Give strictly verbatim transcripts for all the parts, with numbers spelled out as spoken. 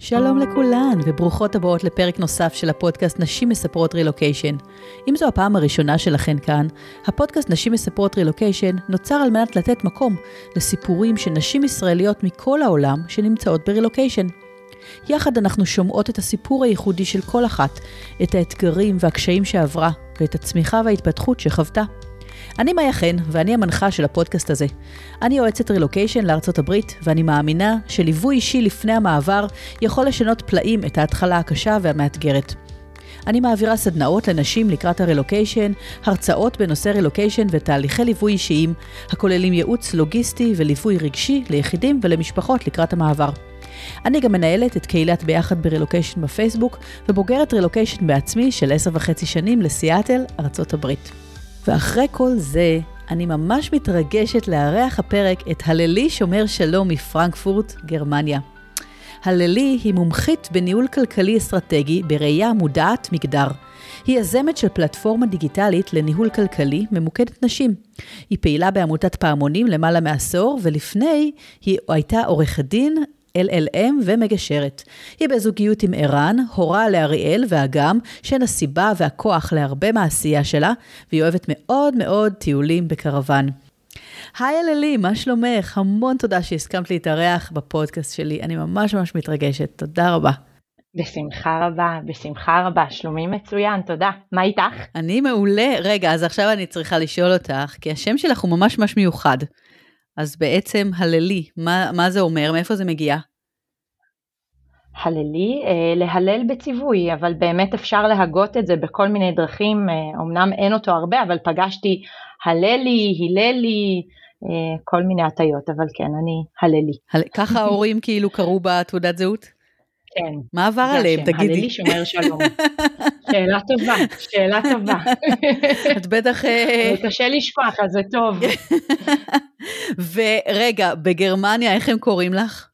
שלום לכולן וברוכות הבאות לפרק נוסף של הפודקאסט נשים מספרות רילוקיישן. אם זו הפעם הראשונה שלכן כאן, הפודקאסט נשים מספרות רילוקיישן נוצר על מנת לתת מקום לסיפורים של נשים ישראליות מכל העולם שנמצאות ברילוקיישן. יחד אנחנו שומעות את הסיפור הייחודי של כל אחת, את האתגרים והקשיים שעברה ואת הצמיחה וההתפתחות שחוותה. אני מאיה חן ואני המנחה של הפודקאסט הזה. אני יועצת רילוקיישן לארצות הברית ואני מאמינה שליווי אישי לפני המעבר יכול לשנות פלאים את ההתחלה הקשה והמאתגרת. אני מעבירה סדנאות לנשים לקראת הרילוקיישן, הרצאות בנושא רילוקיישן ותהליכי ליווי אישיים, הכוללים ייעוץ לוגיסטי וליווי רגשי ליחידים ולמשפחות לקראת המעבר. אני גם מנהלת את קהילת ביחד ברילוקיישן בפייסבוק ובוגרת רילוקיישן בעצמי של עשר וחצי שנים לסיאטל, ארצות הברית. ואחרי כל זה, אני ממש מתרגשת לארח הפרק את הללי שומר שלום מפרנקפורט, גרמניה. הללי היא מומחית בניהול כלכלי אסטרטגי בראייה מודעת מגדר. היא יזמת של פלטפורמה דיגיטלית לניהול כלכלי ממוקדת נשים. היא פעילה בעמותת פעמונים למעלה מעשור, ולפני היא הייתה עורכת דין, אל אל אם ומגשרת. היא בזוגיות עם ערן, הורה לאריאל ואגם, שהן הסיבה והכוח להרבה מעשייה שלה, והיא אוהבת מאוד מאוד טיולים בקרוון. היי אללי, מה שלומך? המון תודה שהסכמת להתארח בפודקאסט שלי, אני ממש ממש מתרגשת, תודה רבה. בשמחה רבה, בשמחה רבה, שלומי מצוין, תודה. מה איתך? אני מעולה, רגע, אז עכשיו אני צריכה לשאול אותך, כי השם שלך הוא ממש ממש מיוחד. אז בעצם הללי, מה, מה זה אומר? מאיפה זה מגיע? הללי, אה, להלל בציווי, אבל באמת אפשר להגות את זה בכל מיני דרכים, אה, אמנם אין אותו הרבה, אבל פגשתי הללי, הללי, אה, כל מיני הטיות, אבל כן, אני הללי. הל... ככה ההורים כאילו קראו בתעודת זהות? כן. מה עבר עליהם, תגידי? הללי שומר שלום. שאלה טובה, שאלה טובה. את בטח... קשה לשכוח, אז זה טוב. ורגע, בגרמניה, איך הם קוראים לך?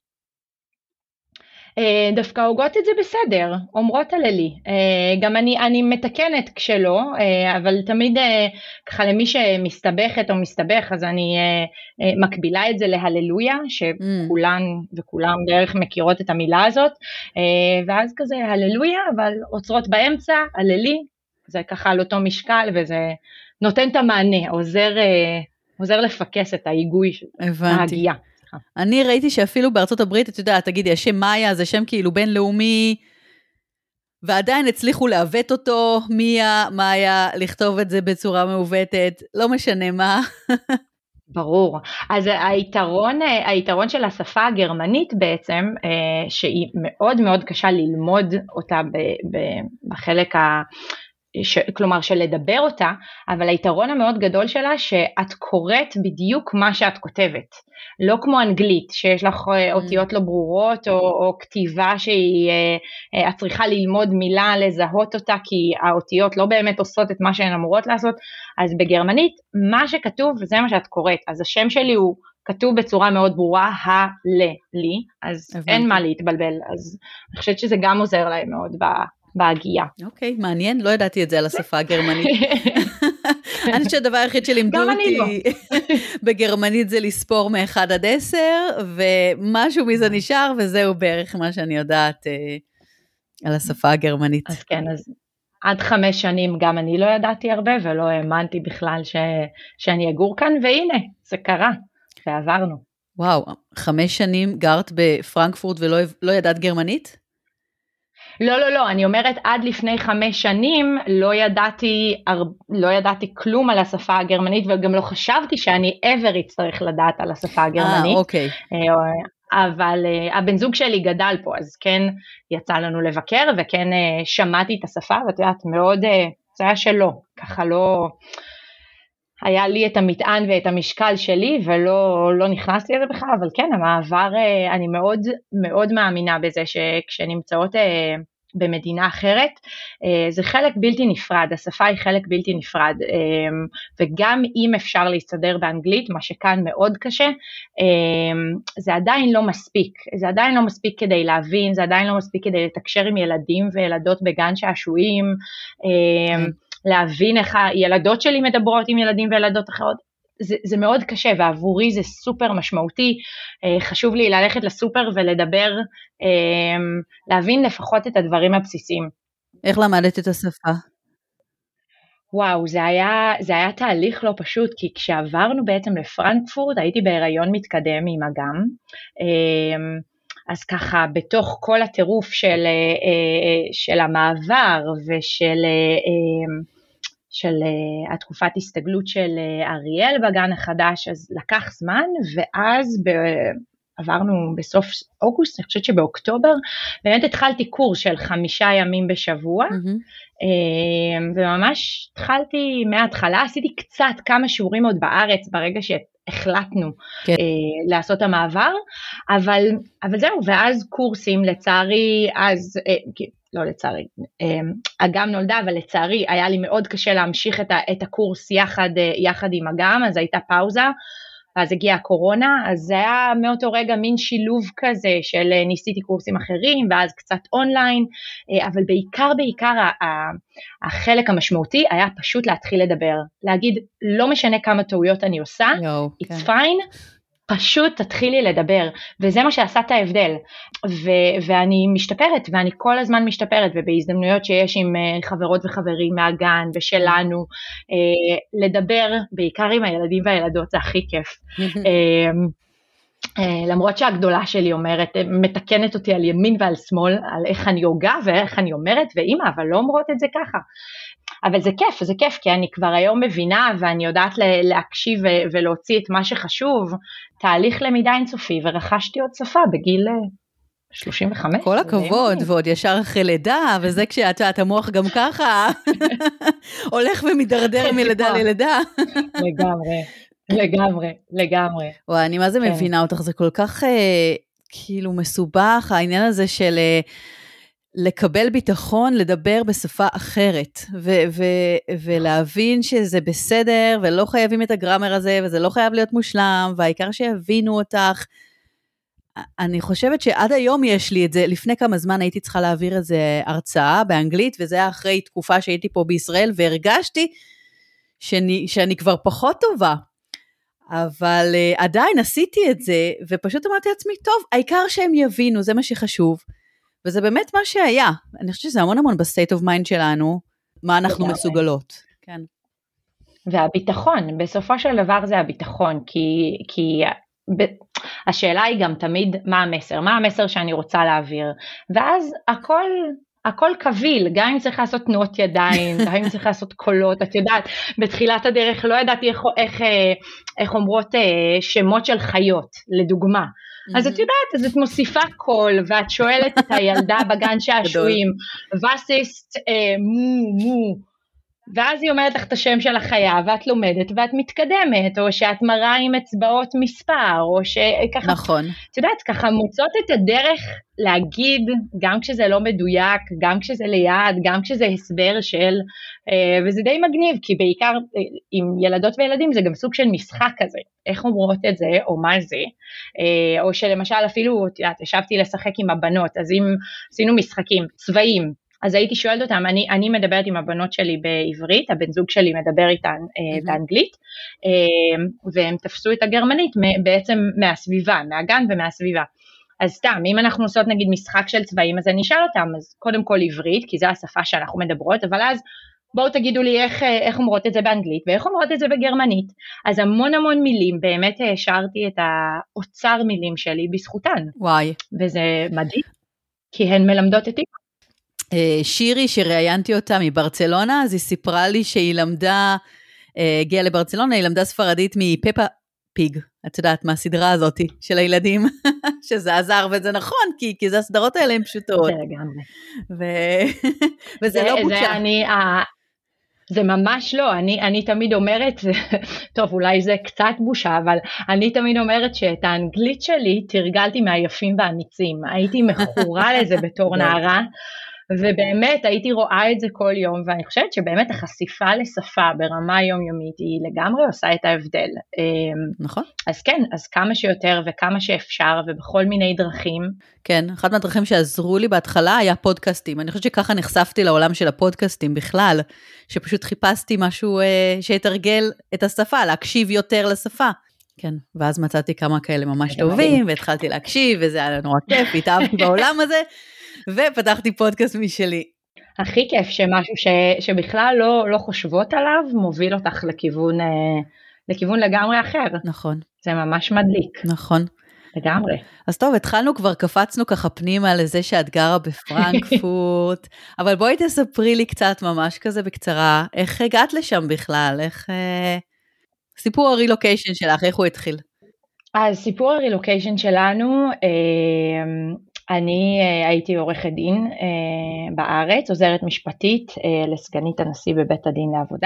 דווקא הוגות את זה בסדר, אומרות הללי. גם אני, אני מתקנת כשלא, אבל תמיד ככה למי שמסתבכת או מסתבך, אז אני מקבילה את זה להללויה, שכולן וכולם דרך מכירות את המילה הזאת, ואז כזה הללויה, אבל עוצרות באמצע, הללי, זה ככה על אותו משקל, וזה נותן את המענה, עוזר, עוזר לפקס את ההיגוי של ההגייה. אני ראיתי שאפילו בארצות הברית, את יודעת, תגידי, השם מאיה זה שם כאילו בינלאומי, ועדיין הצליחו לעוות אותו, מיה, מאיה, לכתוב את זה בצורה מעוותת, לא משנה מה. ברור. אז היתרון, היתרון של השפה הגרמנית בעצם, שהיא מאוד מאוד קשה ללמוד אותה בחלק ה... ש, כלומר של לדבר אותה, אבל היתרון המאוד גדול שלה שאת קוראת בדיוק מה שאת כותבת, לא כמו אנגלית שיש לך אותיות לא ברורות או, או כתיבה שהיא, את צריכה ללמוד מילה לזהות אותה כי האותיות לא באמת עושות את מה שהן אמורות לעשות, אז בגרמנית מה שכתוב זה מה שאת קוראת, אז השם שלי הוא כתוב בצורה מאוד ברורה, ה-ל-לי, אז הבנתי. אין מה להתבלבל, אז אני חושבת שזה גם עוזר להם מאוד ב... בהגייה. אוקיי, מעניין, לא ידעתי את זה על השפה הגרמנית. אני חושבת שהדבר היחיד שלימדו אותי בגרמנית זה לספור מאחד עד עשר, ומשהו מזה נשאר, וזהו בערך מה שאני יודעת על השפה הגרמנית. אז כן, אז עד חמש שנים גם אני לא ידעתי הרבה, ולא האמנתי בכלל שאני אגור כאן, והנה, זה קרה, ועברנו. וואו, חמש שנים גרת בפרנקפורט ולא ידעת גרמנית? לא, לא, לא, אני אומרת עד לפני חמש שנים לא ידעתי, לא ידעתי כלום על השפה הגרמנית, וגם לא חשבתי שאני ever אצטרך לדעת על השפה הגרמנית. אה, אוקיי. אבל הבן זוג שלי גדל פה, אז כן יצא לנו לבקר, וכן שמעתי את השפה, ואת יודעת, מאוד, זה היה שלו, ככה לא... היה לי את המטען ואת המשקל שלי, ולא לא נכנסתי לזה בכלל, אבל כן, המעבר, אני מאוד מאוד מאמינה בזה, שכשנמצאות במדינה אחרת, זה חלק בלתי נפרד, השפה היא חלק בלתי נפרד, וגם אם אפשר להסתדר באנגלית, מה שכאן מאוד קשה, זה עדיין לא מספיק, זה עדיין לא מספיק כדי להבין, זה עדיין לא מספיק כדי לתקשר עם ילדים וילדות בגן שעשועים, להבין איך הילדות שלי מדברות עם ילדים וילדות אחרות, זה, זה מאוד קשה, ועבורי זה סופר משמעותי, חשוב לי ללכת לסופר ולדבר, להבין לפחות את הדברים הבסיסיים. איך למדת את השפה? וואו, זה היה, זה היה תהליך לא פשוט, כי כשעברנו בעצם לפרנקפורט, הייתי בהיריון מתקדם עם אגם, אז ככה, בתוך כל הטירוף של, של המעבר ושל של התקופת הסתגלות של אריאל בגן החדש, אז לקח זמן, ואז ב... עברנו בסוף אוגוסט, אני חושבת שבאוקטובר, באמת התחלתי קורס של חמישה ימים בשבוע, mm-hmm. וממש התחלתי מההתחלה, עשיתי קצת כמה שיעורים עוד בארץ, ברגע שהחלטנו כן. לעשות המעבר, אבל, אבל זהו, ואז קורסים, לצערי, אז, לא לצערי, אגם נולדה, אבל לצערי היה לי מאוד קשה להמשיך את הקורס יחד, יחד עם אגם, אז הייתה פאוזה, אז הגיעה הקורונה, אז זה היה מאותו רגע מין שילוב כזה של ניסיתי קורסים אחרים, ואז קצת אונליין, אבל בעיקר בעיקר החלק המשמעותי היה פשוט להתחיל לדבר, להגיד לא משנה כמה טעויות אני עושה, Yo, it's okay. fine, פשוט תתחילי לדבר, וזה מה שעשה את ההבדל, ו- ואני משתפרת, ואני כל הזמן משתפרת, ובהזדמנויות שיש עם חברות וחברים מהגן ושלנו, לדבר בעיקר עם הילדים והילדות, זה הכי כיף. למרות שהגדולה שלי אומרת, מתקנת אותי על ימין ועל שמאל, על איך אני יוגה ואיך אני אומרת, ואמא, אבל לא אומרות את זה ככה. אבל זה כיף, זה כיף, כי אני כבר היום מבינה, ואני יודעת להקשיב ולהוציא את מה שחשוב, תהליך למידה אינסופי, ורכשתי עוד שפה בגיל שלושים וחמש. כל הכבוד, ועוד ישר אחרי לידה, וזה כשאת המוח גם ככה, הולך ומדרדר מלידה ללידה. לגמרי, לגמרי, לגמרי. וואי, אני מה זה מבינה אותך, זה כל כך כאילו מסובך, העניין הזה של... לקבל ביטחון, לדבר בשפה אחרת, ו- ו- ולהבין שזה בסדר, ולא חייבים את הגרמר הזה, וזה לא חייב להיות מושלם, והעיקר שיבינו אותך. אני חושבת שעד היום יש לי את זה, לפני כמה זמן הייתי צריכה להעביר איזה הרצאה באנגלית, וזה היה אחרי תקופה שהייתי פה בישראל, והרגשתי שאני, שאני כבר פחות טובה, אבל uh, עדיין עשיתי את זה, ופשוט אמרתי לעצמי, טוב, העיקר שהם יבינו, זה מה שחשוב, וזה באמת מה שהיה. אני חושבת שזה המון המון בסטייט אוף מיינד שלנו, מה אנחנו מסוגלות. כן. והביטחון, בסופו של דבר זה הביטחון, כי, כי ב, השאלה היא גם תמיד מה המסר, מה המסר שאני רוצה להעביר, ואז הכל... הכל קביל, גם אם צריך לעשות תנועות ידיים, גם אם צריך לעשות קולות, את יודעת, בתחילת הדרך לא ידעתי איך, איך, איך אומרות שמות של חיות, לדוגמה. אז את יודעת, אז את מוסיפה קול, ואת שואלת את הילדה בגן שעשועים, וסיסט מו מו, ואז היא אומרת לך את השם של החיה, ואת לומדת, ואת מתקדמת, או שאת מראה עם אצבעות מספר, או שככה, נכון. את יודעת, ככה מוצאות את הדרך להגיד, גם כשזה לא מדויק, גם כשזה ליד, גם כשזה הסבר של, וזה די מגניב, כי בעיקר עם ילדות וילדים, זה גם סוג של משחק כזה, איך אומרות את זה, או מה זה, או שלמשל אפילו, את יודעת, ישבתי לשחק עם הבנות, אז אם עשינו משחקים, צבעים, אז הייתי שואלת אותם, אני, אני מדברת עם הבנות שלי בעברית, הבן זוג שלי מדבר איתן אה, באנגלית, אה, והם תפסו את הגרמנית בעצם מהסביבה, מהגן ומהסביבה. אז סתם, אם אנחנו עושות נגיד משחק של צבעים, אז אני אשאל אותם, אז קודם כל עברית, כי זו השפה שאנחנו מדברות, אבל אז בואו תגידו לי איך, איך אומרות את זה באנגלית, ואיך אומרות את זה בגרמנית. אז המון המון מילים, באמת השארתי את האוצר מילים שלי בזכותן. וואי. וזה מדהים, כי הן מלמדות אותי. שירי, שראיינתי אותה מברצלונה, אז היא סיפרה לי שהיא למדה, הגיעה לברצלונה, היא למדה ספרדית מפפה פיג, את יודעת, מהסדרה הזאת של הילדים, שזה עזר, וזה נכון, כי, כי זה הסדרות האלה הן פשוטות. זה לגמרי. ו... וזה זה, לא בושה. זה, אני, זה ממש לא, אני, אני תמיד אומרת, טוב, אולי זה קצת בושה, אבל אני תמיד אומרת שאת האנגלית שלי תרגלתי מהיפים והאמיצים, הייתי מכורה לזה בתור נערה, ובאמת הייתי רואה את זה כל יום, ואני חושבת שבאמת החשיפה לשפה ברמה יומיומית היא לגמרי עושה את ההבדל. נכון. אז כן, אז כמה שיותר וכמה שאפשר, ובכל מיני דרכים. כן, אחת מהדרכים שעזרו לי בהתחלה היה פודקאסטים. אני חושבת שככה נחשפתי לעולם של הפודקאסטים בכלל, שפשוט חיפשתי משהו אה, שיתרגל את השפה, להקשיב יותר לשפה. כן, ואז מצאתי כמה כאלה ממש טובים, והתחלתי להקשיב, וזה היה נורא כיף, התאהבתי בעולם הזה, ופתחתי פודקאסט משלי. הכי כיף שמשהו ש, שבכלל לא, לא חושבות עליו, מוביל אותך לכיוון, לכיוון לגמרי אחר. נכון. זה ממש מדליק. נכון. לגמרי. אז טוב, התחלנו כבר, קפצנו ככה פנימה לזה שאת גרה בפרנקפורט, אבל בואי תספרי לי קצת ממש כזה בקצרה, איך הגעת לשם בכלל, איך... סיפור הרילוקיישן שלך, איך הוא התחיל? אז סיפור הרילוקיישן שלנו, אני הייתי עורכת דין בארץ, עוזרת משפטית לסגנית הנשיא בבית הדין לעבודה,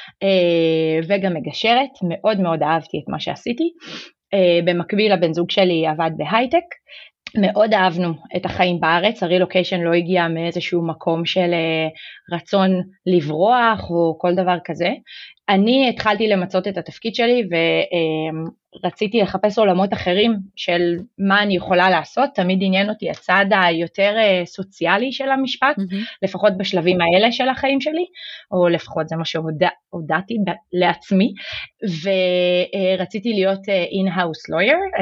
וגם מגשרת, מאוד מאוד אהבתי את מה שעשיתי. במקביל הבן זוג שלי עבד בהייטק, מאוד אהבנו את החיים בארץ, הרילוקיישן לא הגיע מאיזשהו מקום של רצון לברוח או כל דבר כזה. אני התחלתי למצות את התפקיד שלי ורציתי לחפש עולמות אחרים של מה אני יכולה לעשות, תמיד עניין אותי הצד היותר סוציאלי של המשפט, mm-hmm. לפחות בשלבים האלה של החיים שלי, או לפחות זה מה שהודעתי לעצמי, ורציתי להיות in-house lawyer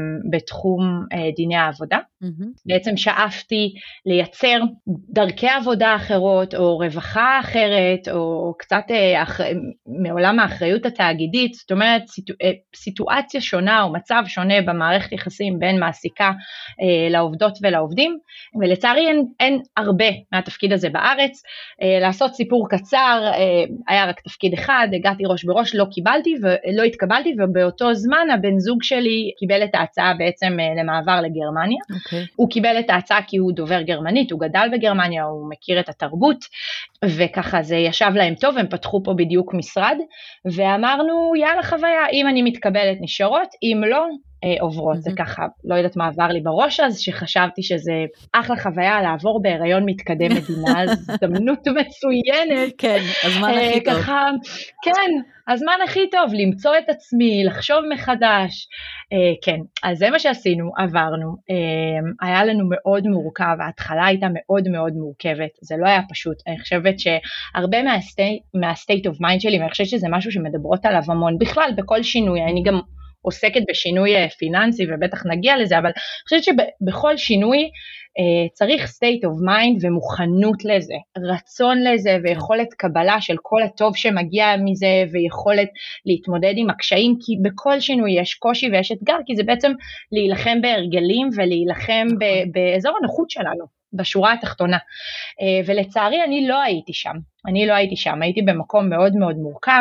בתחום דיני העבודה, mm-hmm. בעצם שאפתי לייצר דרכי עבודה אחרות, או רווחה אחרת, או קצת אח... מעולם האחריות התאגידית, זאת אומרת סיטו... סיטואציה שונה או מצב שונה במערכת יחסים בין מעסיקה אה, לעובדות ולעובדים, ולצערי אין, אין הרבה מהתפקיד הזה בארץ. אה, לעשות סיפור קצר, אה, היה רק תפקיד אחד, הגעתי ראש בראש, לא קיבלתי ולא התקבלתי, ובאותו זמן הבן זוג שלי קיבל את ההצעה בעצם אה, למעבר לגרמניה. Okay. הוא קיבל את ההצעה כי הוא דובר גרמנית, הוא גדל בגרמניה, הוא מכיר את התרבות, וככה זה ישב להם טוב, הם פתחו פה בדיוק משרד, ואמרנו יאללה חוויה, אם אני מתקבלת נשארות, אם לא, אה, עוברות. Mm-hmm. זה ככה, לא יודעת מה עבר לי בראש אז, שחשבתי שזה אחלה חוויה לעבור בהיריון מתקדם מדינה, הזדמנות מצוינת. כן, הזמן אה, הכי טוב. ככה, כן, הזמן הכי טוב, למצוא את עצמי, לחשוב מחדש. אה, כן, אז זה מה שעשינו, עברנו. אה, היה לנו מאוד מורכב, ההתחלה הייתה מאוד מאוד מורכבת, זה לא היה פשוט. אני חושבת שהרבה מה-state, מה-state of mind שלי, ואני חושבת שזה משהו שמדברות עליו המון, בכלל בכל שינוי, אני גם עוסקת בשינוי פיננסי, ובטח נגיע לזה, אבל אני חושבת שבכל שינוי אה, צריך state of mind ומוכנות לזה, רצון לזה ויכולת קבלה של כל הטוב שמגיע מזה, ויכולת להתמודד עם הקשיים, כי בכל שינוי יש קושי ויש אתגר, כי זה בעצם להילחם בהרגלים ולהילחם ב- באזור הנוחות שלנו, בשורה התחתונה. אה, ולצערי אני לא הייתי שם, אני לא הייתי שם, הייתי במקום מאוד מאוד מורכב,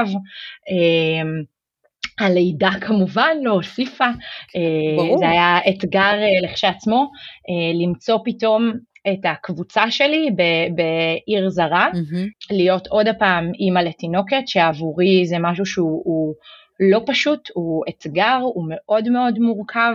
אה, הלידה כמובן לא הוסיפה, ברור. זה היה אתגר לכשעצמו, למצוא פתאום את הקבוצה שלי בעיר זרה, mm-hmm. להיות עוד הפעם אימא לתינוקת, שעבורי זה משהו שהוא לא פשוט, הוא אתגר, הוא מאוד מאוד מורכב.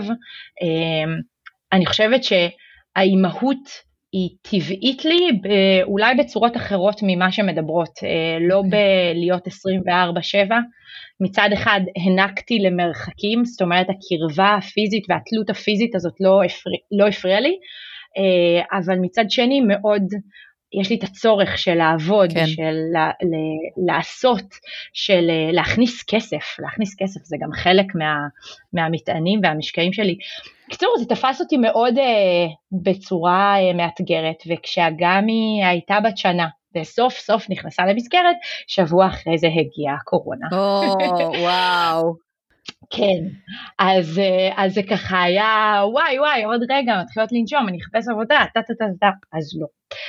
אני חושבת שהאימהות היא טבעית לי, אולי בצורות אחרות ממה שמדברות, לא בלהיות עשרים וארבע שבע, מצד אחד הנקתי למרחקים, זאת אומרת הקרבה הפיזית והתלות הפיזית הזאת לא הפריע, לא הפריע לי, אבל מצד שני מאוד, יש לי את הצורך של לעבוד, כן. של ל- ל- לעשות, של להכניס כסף, להכניס כסף זה גם חלק מה, מהמטענים והמשקעים שלי. בקיצור, זה תפס אותי מאוד uh, בצורה uh, מאתגרת, וכשהגמי הייתה בת שנה, וסוף סוף נכנסה למסגרת, שבוע אחרי זה הגיעה הקורונה. או, וואו. כן, אז, אז זה ככה היה, וואי וואי, עוד רגע, מתחילות לנשום, אני אחפש עבודה, טה טה טה טה, אז לא.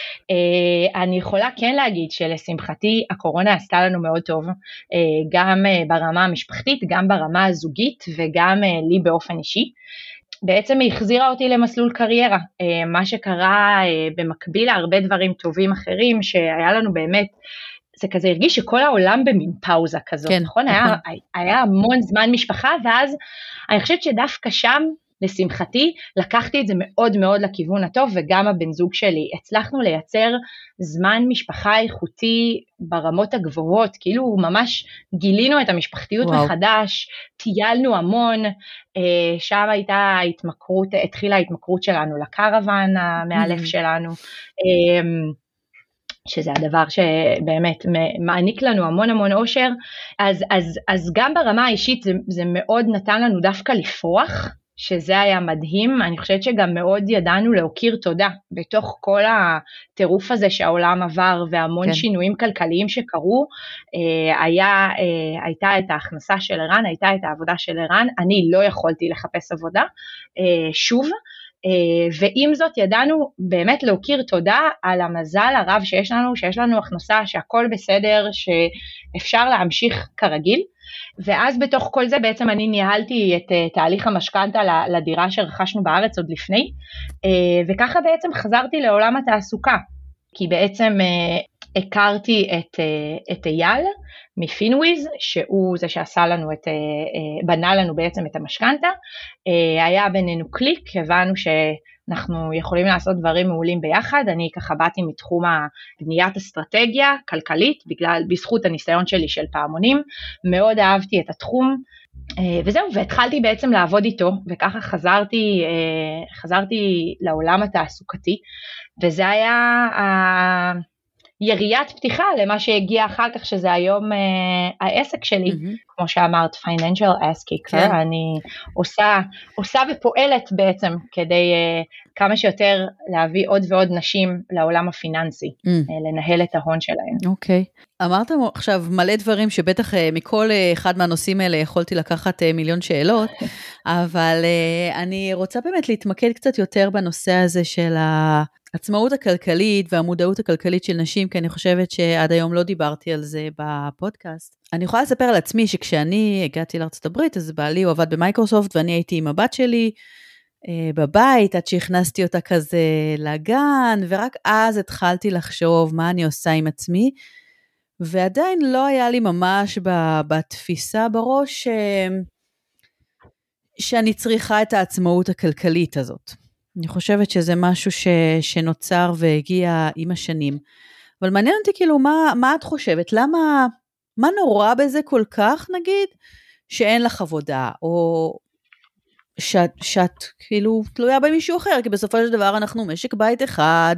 אני יכולה כן להגיד שלשמחתי, הקורונה עשתה לנו מאוד טוב, גם ברמה המשפחתית, גם ברמה הזוגית, וגם לי באופן אישי. בעצם היא החזירה אותי למסלול קריירה, מה שקרה במקביל להרבה דברים טובים אחרים, שהיה לנו באמת, זה כזה הרגיש שכל העולם במין פאוזה כזאת, כן, נכון? נכון. היה, היה המון זמן משפחה, ואז אני חושבת שדווקא שם לשמחתי, לקחתי את זה מאוד מאוד לכיוון הטוב, וגם הבן זוג שלי, הצלחנו לייצר זמן משפחה איכותי ברמות הגבוהות, כאילו ממש גילינו את המשפחתיות וואו. מחדש, טיילנו המון, שם הייתה ההתמכרות, התחילה ההתמכרות שלנו לקרוון המאלף mm-hmm. שלנו, שזה הדבר שבאמת מעניק לנו המון המון אושר, אז, אז, אז גם ברמה האישית זה, זה מאוד נתן לנו דווקא לפרוח, שזה היה מדהים, אני חושבת שגם מאוד ידענו להוקיר תודה, בתוך כל הטירוף הזה שהעולם עבר, והמון כן. שינויים כלכליים שקרו, היה, הייתה את ההכנסה של ערן, הייתה את העבודה של ערן, אני לא יכולתי לחפש עבודה, שוב, ועם זאת ידענו באמת להוקיר תודה על המזל הרב שיש לנו, שיש לנו הכנסה, שהכל בסדר, שאפשר להמשיך כרגיל, ואז בתוך כל זה בעצם אני ניהלתי את תהליך המשכנתה לדירה שרכשנו בארץ עוד לפני, וככה בעצם חזרתי לעולם התעסוקה, כי בעצם הכרתי את, את אייל מפינוויז, שהוא זה שעשה לנו את, בנה לנו בעצם את המשכנתה, היה בינינו קליק, הבנו שאנחנו יכולים לעשות דברים מעולים ביחד, אני ככה באתי מתחום הבניית אסטרטגיה כלכלית, בגלל, בזכות הניסיון שלי של פעמונים, מאוד אהבתי את התחום, וזהו, והתחלתי בעצם לעבוד איתו, וככה חזרתי, חזרתי לעולם התעסוקתי, וזה היה יריית פתיחה למה שהגיע אחר כך, שזה היום uh, העסק שלי, mm-hmm. כמו שאמרת, financial ass kicker, כן. אני עושה, עושה ופועלת בעצם, כדי uh, כמה שיותר להביא עוד ועוד נשים לעולם הפיננסי, mm. uh, לנהל את ההון שלהם. אוקיי. Okay. אמרת עכשיו מלא דברים, שבטח uh, מכל uh, אחד מהנושאים האלה יכולתי לקחת uh, מיליון שאלות, אבל uh, אני רוצה באמת להתמקד קצת יותר בנושא הזה של ה... עצמאות הכלכלית והמודעות הכלכלית של נשים, כי אני חושבת שעד היום לא דיברתי על זה בפודקאסט. אני יכולה לספר על עצמי שכשאני הגעתי לארצות הברית, אז בעלי הוא עבד במייקרוסופט, ואני הייתי עם הבת שלי אה, בבית, עד שהכנסתי אותה כזה לגן, ורק אז התחלתי לחשוב מה אני עושה עם עצמי, ועדיין לא היה לי ממש בתפיסה בראש, אה, שאני צריכה את העצמאות הכלכלית הזאת. אני חושבת שזה משהו ש, שנוצר והגיע עם השנים. אבל מעניין אותי כאילו, מה, מה את חושבת? למה, מה נורא בזה כל כך, נגיד, שאין לך עבודה, או שאת, שאת כאילו תלויה במישהו אחר, כי בסופו של דבר אנחנו משק בית אחד,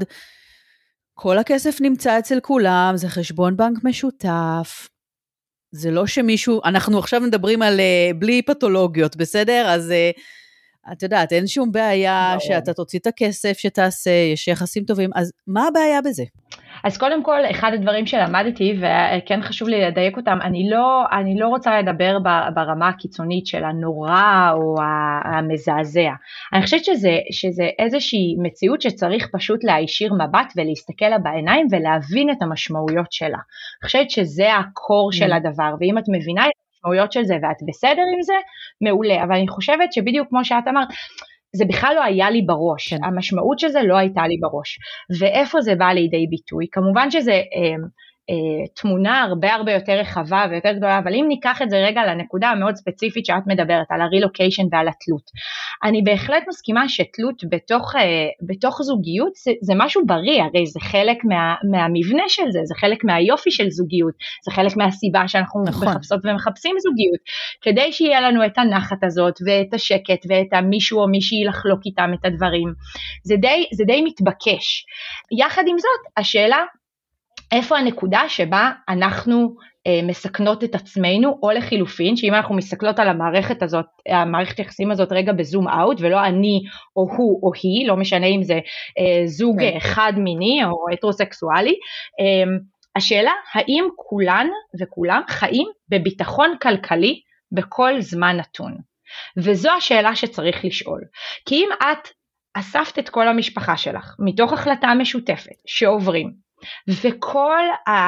כל הכסף נמצא אצל כולם, זה חשבון בנק משותף, זה לא שמישהו, אנחנו עכשיו מדברים על בלי פתולוגיות, בסדר? אז... את יודעת, אין שום בעיה שאתה תוציא את הכסף שתעשה, יש יחסים טובים, אז מה הבעיה בזה? אז קודם כל, אחד הדברים שלמדתי, וכן חשוב לי לדייק אותם, אני לא, אני לא רוצה לדבר ברמה הקיצונית של הנורא או המזעזע. אני חושבת שזה, שזה איזושהי מציאות שצריך פשוט להישיר מבט ולהסתכל לה בעיניים ולהבין את המשמעויות שלה. אני חושבת שזה הקור של הדבר, ואם את מבינה את המשמעויות של זה ואת בסדר עם זה, מעולה. אבל אני חושבת שבדיוק כמו שאת אמרת, זה בכלל לא היה לי בראש, כן. המשמעות של זה לא הייתה לי בראש, ואיפה זה בא לידי ביטוי? כמובן שזה אה, אה, תמונה הרבה הרבה יותר רחבה ויותר גדולה, אבל אם ניקח את זה רגע לנקודה המאוד ספציפית שאת מדברת, על הרילוקיישן ועל התלות, אני בהחלט מסכימה שתלות בתוך, אה, בתוך זוגיות זה, זה משהו בריא, הרי זה חלק מה, מהמבנה של זה, זה חלק מהיופי של זוגיות, זה חלק מהסיבה שאנחנו נכון. מחפשות ומחפשים זוגיות, כדי שיהיה לנו את הנחת הזאת ואת השקט ואת המישהו או מישהי לחלוק איתם את הדברים, זה די, זה די מתבקש. יחד עם זאת, השאלה, איפה הנקודה שבה אנחנו אה, מסכנות את עצמנו, או לחילופין, שאם אנחנו מסתכלות על המערכת הזאת, המערכת יחסים הזאת רגע בזום אאוט, ולא אני או הוא או היא, לא משנה אם זה אה, זוג כן. אחד מיני או הטרוסקסואלי, אה, השאלה, האם כולן וכולם חיים בביטחון כלכלי בכל זמן נתון? וזו השאלה שצריך לשאול. כי אם את אספת את כל המשפחה שלך, מתוך החלטה משותפת שעוברים, וכל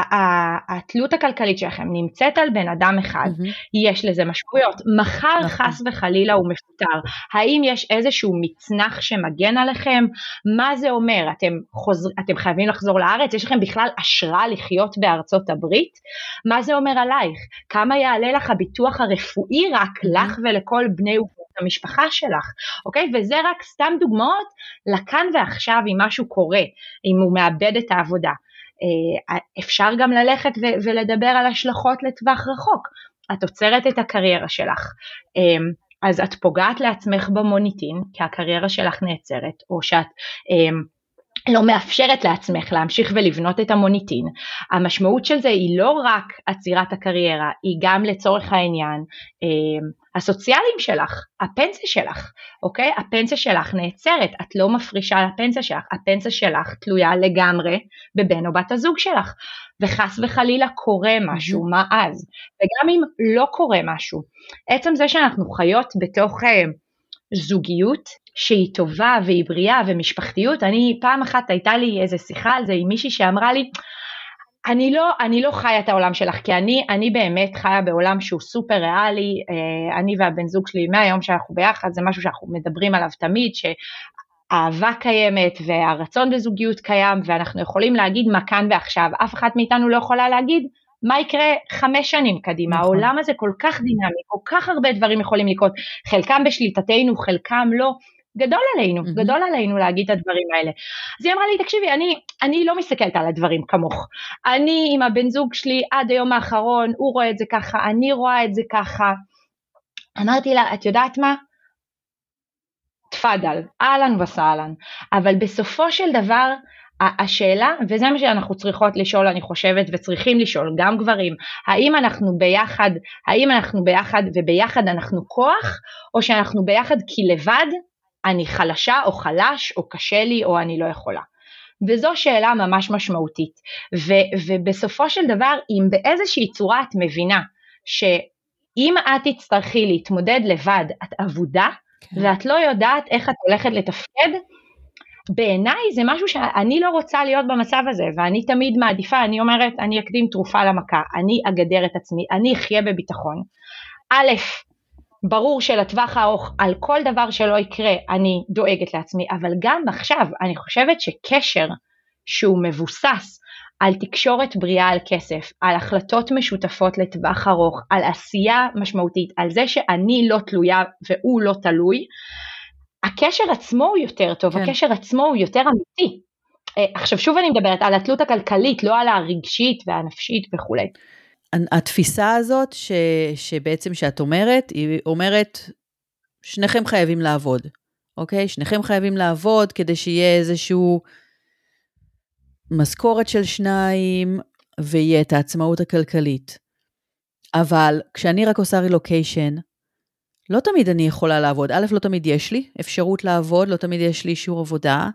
התלות הכלכלית שלכם נמצאת על בן אדם אחד, mm-hmm. יש לזה משמעויות. מחר נכון. חס וחלילה הוא מפוטר. האם יש איזשהו מצנח שמגן עליכם? מה זה אומר? אתם, חוזר, אתם חייבים לחזור לארץ? יש לכם בכלל אשרה לחיות בארצות הברית? מה זה אומר עלייך? כמה יעלה לך הביטוח הרפואי רק mm-hmm. לך ולכל בני ובנותייך? המשפחה שלך, אוקיי? וזה רק סתם דוגמאות לכאן ועכשיו אם משהו קורה, אם הוא מאבד את העבודה. אפשר גם ללכת ולדבר על השלכות לטווח רחוק. את עוצרת את הקריירה שלך, אז את פוגעת לעצמך במוניטין, כי הקריירה שלך נעצרת, או שאת לא מאפשרת לעצמך להמשיך ולבנות את המוניטין. המשמעות של זה היא לא רק עצירת הקריירה, היא גם לצורך העניין, הסוציאליים שלך, הפנסיה שלך, אוקיי? הפנסיה שלך נעצרת, את לא מפרישה לפנסיה שלך, הפנסיה שלך תלויה לגמרי בבן או בת הזוג שלך, וחס וחלילה קורה משהו, מה אז? וגם אם לא קורה משהו, עצם זה שאנחנו חיות בתוך זוגיות שהיא טובה והיא בריאה ומשפחתיות, אני פעם אחת הייתה לי איזה שיחה על זה עם מישהי שאמרה לי, אני לא, אני לא חיה את העולם שלך, כי אני, אני באמת חיה בעולם שהוא סופר ריאלי, אני והבן זוג שלי מהיום שאנחנו ביחד, זה משהו שאנחנו מדברים עליו תמיד, שהאהבה קיימת והרצון בזוגיות קיים, ואנחנו יכולים להגיד מה כאן ועכשיו, אף אחת מאיתנו לא יכולה להגיד, מה יקרה חמש שנים קדימה, נכון. העולם הזה כל כך דינמי, כל כך הרבה דברים יכולים לקרות, חלקם בשליטתנו, חלקם לא, גדול עלינו, mm-hmm. גדול עלינו להגיד את הדברים האלה. אז היא אמרה לי, תקשיבי, אני, אני לא מסתכלת על הדברים כמוך, אני עם הבן זוג שלי עד היום האחרון, הוא רואה את זה ככה, אני רואה את זה ככה, אמרתי לה, את יודעת מה? תפדל, אהלן וסהלן, אבל בסופו של דבר, השאלה, וזה מה שאנחנו צריכות לשאול, אני חושבת, וצריכים לשאול, גם גברים, האם אנחנו ביחד, האם אנחנו ביחד, וביחד אנחנו כוח, או שאנחנו ביחד כי לבד, אני חלשה או חלש, או קשה לי, או אני לא יכולה. וזו שאלה ממש משמעותית. ו- ובסופו של דבר, אם באיזושהי צורה את מבינה, שאם את תצטרכי להתמודד לבד, את עבודה, כן. ואת לא יודעת איך את הולכת לתפקד, בעיניי זה משהו שאני לא רוצה להיות במצב הזה, ואני תמיד מעדיפה, אני אומרת, אני אקדים תרופה למכה, אני אגדר את עצמי, אני אחיה בביטחון. א', ברור שלטווח הארוך, על כל דבר שלא יקרה, אני דואגת לעצמי, אבל גם עכשיו, אני חושבת שקשר שהוא מבוסס על תקשורת בריאה על כסף, על החלטות משותפות לטווח ארוך, על עשייה משמעותית, על זה שאני לא תלויה והוא לא תלוי, הקשר עצמו הוא יותר טוב, כן. הקשר עצמו הוא יותר אמיתי. עכשיו שוב אני מדברת על התלות הכלכלית, לא על הרגשית והנפשית וכו'. התפיסה הזאת ש, שבעצם שאת אומרת, היא אומרת, שניכם חייבים לעבוד, אוקיי? שניכם חייבים לעבוד כדי שיהיה איזשהו משכורת של שניים, ויהיה את העצמאות הכלכלית. אבל כשאני רק עושה רילוקיישן, לא תמיד אני יכולה לעבוד. א', לא תמיד יש לי אפשרות לעבוד, לא תמיד יש לי אישור עבודה.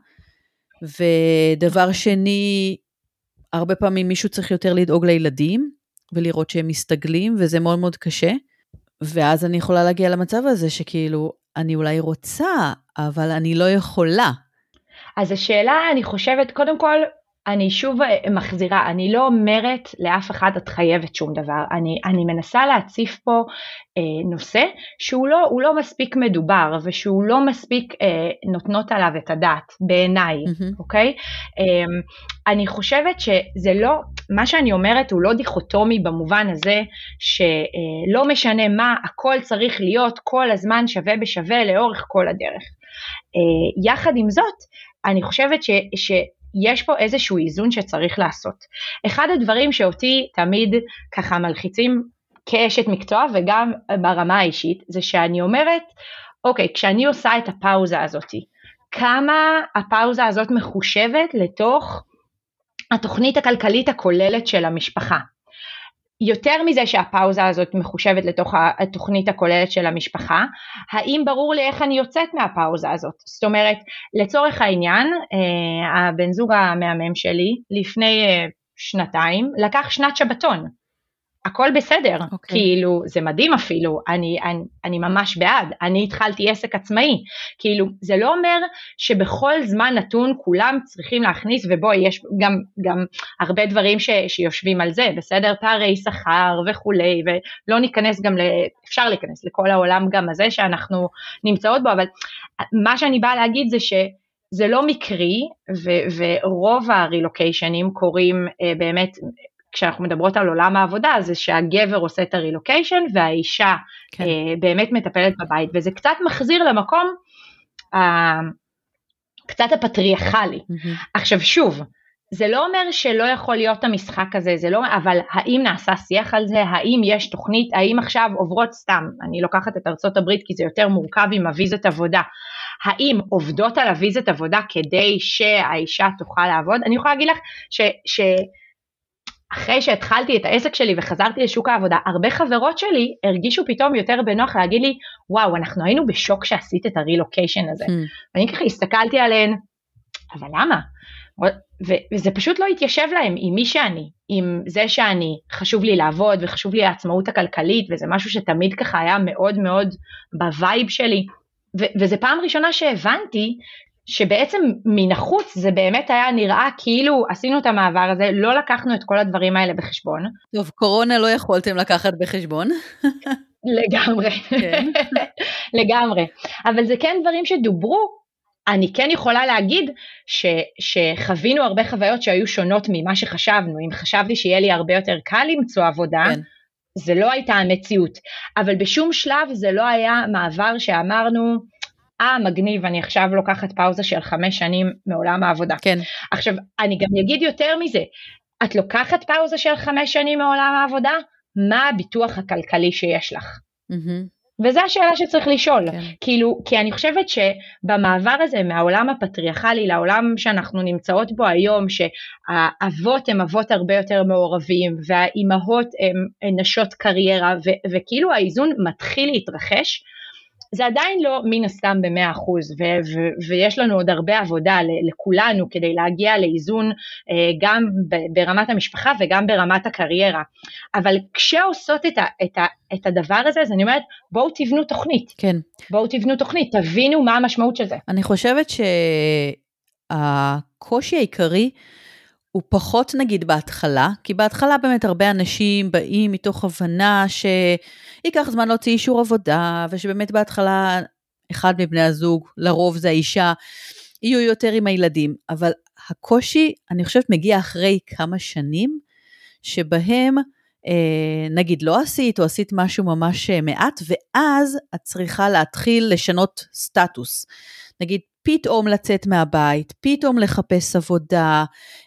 ודבר שני, הרבה פעמים מישהו צריך יותר לדאוג לילדים, ולראות שהם מסתגלים, וזה מאוד מאוד קשה. ואז אני יכולה להגיע למצב הזה, שכאילו, אני אולי רוצה, אבל אני לא יכולה. אז השאלה, אני חושבת, קודם כל, אני שוב מחזירה, אני לא אומרת לאף אחד את חייבת שום דבר, אני, אני מנסה להציף פה אה, נושא שהוא לא, הוא לא מספיק מדובר, ושהוא לא מספיק אה, נותנות עליו את הדעת, בעיניי, mm-hmm. אוקיי? אה, אני חושבת שזה לא, מה שאני אומרת הוא לא דיכוטומי במובן הזה, שלא אה, משנה מה, הכל צריך להיות כל הזמן שווה בשווה לאורך כל הדרך. אה, יחד עם זאת, אני חושבת ש... ש יש פה איזשהו איזון שצריך לעשות. אחד הדברים שאותי תמיד ככה מלחיצים כאשת מקצוע וגם ברמה האישית, זה שאני אומרת, אוקיי, כשאני עושה את הפאוזה הזאת, כמה הפאוזה הזאת מחושבת לתוך התוכנית הכלכלית הכוללת של המשפחה. יותר מזה שהפאוזה הזאת מחושבת לתוך התוכנית הכוללת של המשפחה, האם ברור לי איך אני יוצאת מהפאוזה הזאת? זאת אומרת, לצורך העניין, הבן זוג המאמן שלי, לפני שנתיים, לקח שנת שבתון. הכל בסדר, okay. כאילו, זה מדהים אפילו, אני, אני, אני ממש בעד, אני התחלתי עסק עצמאי, כאילו, זה לא אומר שבכל זמן נתון כולם צריכים להכניס, ובו יש גם, גם הרבה דברים ש, שיושבים על זה, בסדר, פערי שכר וכולי, ולא ניכנס גם, אפשר להיכנס לכל העולם גם הזה שאנחנו נמצאות בו, אבל מה שאני באה להגיד זה ש, זה לא מקרי, ו, ורוב הרילוקיישנים קוראים באמת, כשאנחנו מדברות על עולם העבודה, זה שהגבר עושה את הרילוקיישן, והאישה כן. אה, באמת מטפלת בבית, וזה קצת מחזיר למקום, אה, קצת הפטריארכלי. Mm-hmm. עכשיו שוב, זה לא אומר שלא יכול להיות המשחק הזה, זה לא, אבל האם נעשה שיח על זה, האם יש תוכנית, האם עכשיו עוברות סתם, אני לוקחת את ארצות הברית כי זה יותר מורכב עם הוויזת עבודה, האם עובדות על הוויזת עבודה כדי שהאישה תוכל לעבוד? אני יכולה להגיד לך ש... ש אחרי שהתחלתי את העסק שלי וחזרתי לשוק העבודה, הרבה חברות שלי הרגישו פתאום יותר בנוח להגיד לי, וואו, אנחנו היינו בשוק שעשית את הרילוקיישן הזה. Mm. ואני ככה הסתכלתי עליהן, אבל למה? ו- וזה פשוט לא התיישב להם עם מי שאני, עם זה שאני, חשוב לי לעבוד וחשוב לי העצמאות הכלכלית, וזה משהו שתמיד ככה היה מאוד מאוד בווייב שלי, ו- וזה פעם ראשונה שהבנתי, שבעצם מן החוץ זה באמת היה נראה כאילו עשינו את המעבר הזה, לא לקחנו את כל הדברים האלה בחשבון. טוב, קורונה לא יכולתם לקחת בחשבון. לגמרי, כן. לגמרי, אבל זה כן דברים שדוברו, אני כן יכולה להגיד ש, שחווינו הרבה חוויות שהיו שונות ממה שחשבנו, אם חשבתי שיהיה לי הרבה יותר קל למצוא עבודה, כן. זה לא הייתה המציאות, אבל בשום שלב זה לא היה מעבר שאמרנו, אה מגניב, אני עכשיו לוקחת פאוזה של חמש שנים מעולם העבודה. כן. עכשיו, אני גם אגיד יותר מזה, את לוקחת פאוזה של חמש שנים מעולם העבודה, מה הביטוח הכלכלי שיש לך? Mm-hmm. וזו השאלה שצריך לשאול, כן. כאילו, כי אני חושבת שבמעבר הזה מהעולם הפטריארכלי לעולם שאנחנו נמצאות בו היום, שהאבות הם אבות הרבה יותר מעורבים, והאימהות הם נשות קריירה, ו- וכאילו האיזון מתחיל להתרחש, זה עדיין לא מן הסתם במאה אחוז, ו- ו- ויש לנו עוד הרבה עבודה לכולנו, כדי להגיע לאיזון גם ברמת המשפחה וגם ברמת הקריירה, אבל כשעושות את, ה- את, ה- את הדבר הזה, אז אני אומרת, בואו תבנו תוכנית, כן. בואו תבנו תוכנית, תבינו מה המשמעות של זה. אני חושבת שהקושי העיקרי, הוא פחות נגיד בהתחלה, כי בהתחלה באמת הרבה אנשים באים מתוך הבנה שיקח זמן להוציא אישור עבודה, ושבאמת בהתחלה אחד מבני הזוג, לרוב זה האישה, יהיו יותר עם הילדים, אבל הקושי אני חושבת מגיע אחרי כמה שנים, שבהם אה, נגיד לא עשית או עשית משהו ממש מעט, ואז את צריכה להתחיל לשנות סטטוס, נגיד פתאום לצאת מהבית, פתאום לחפש עבודה,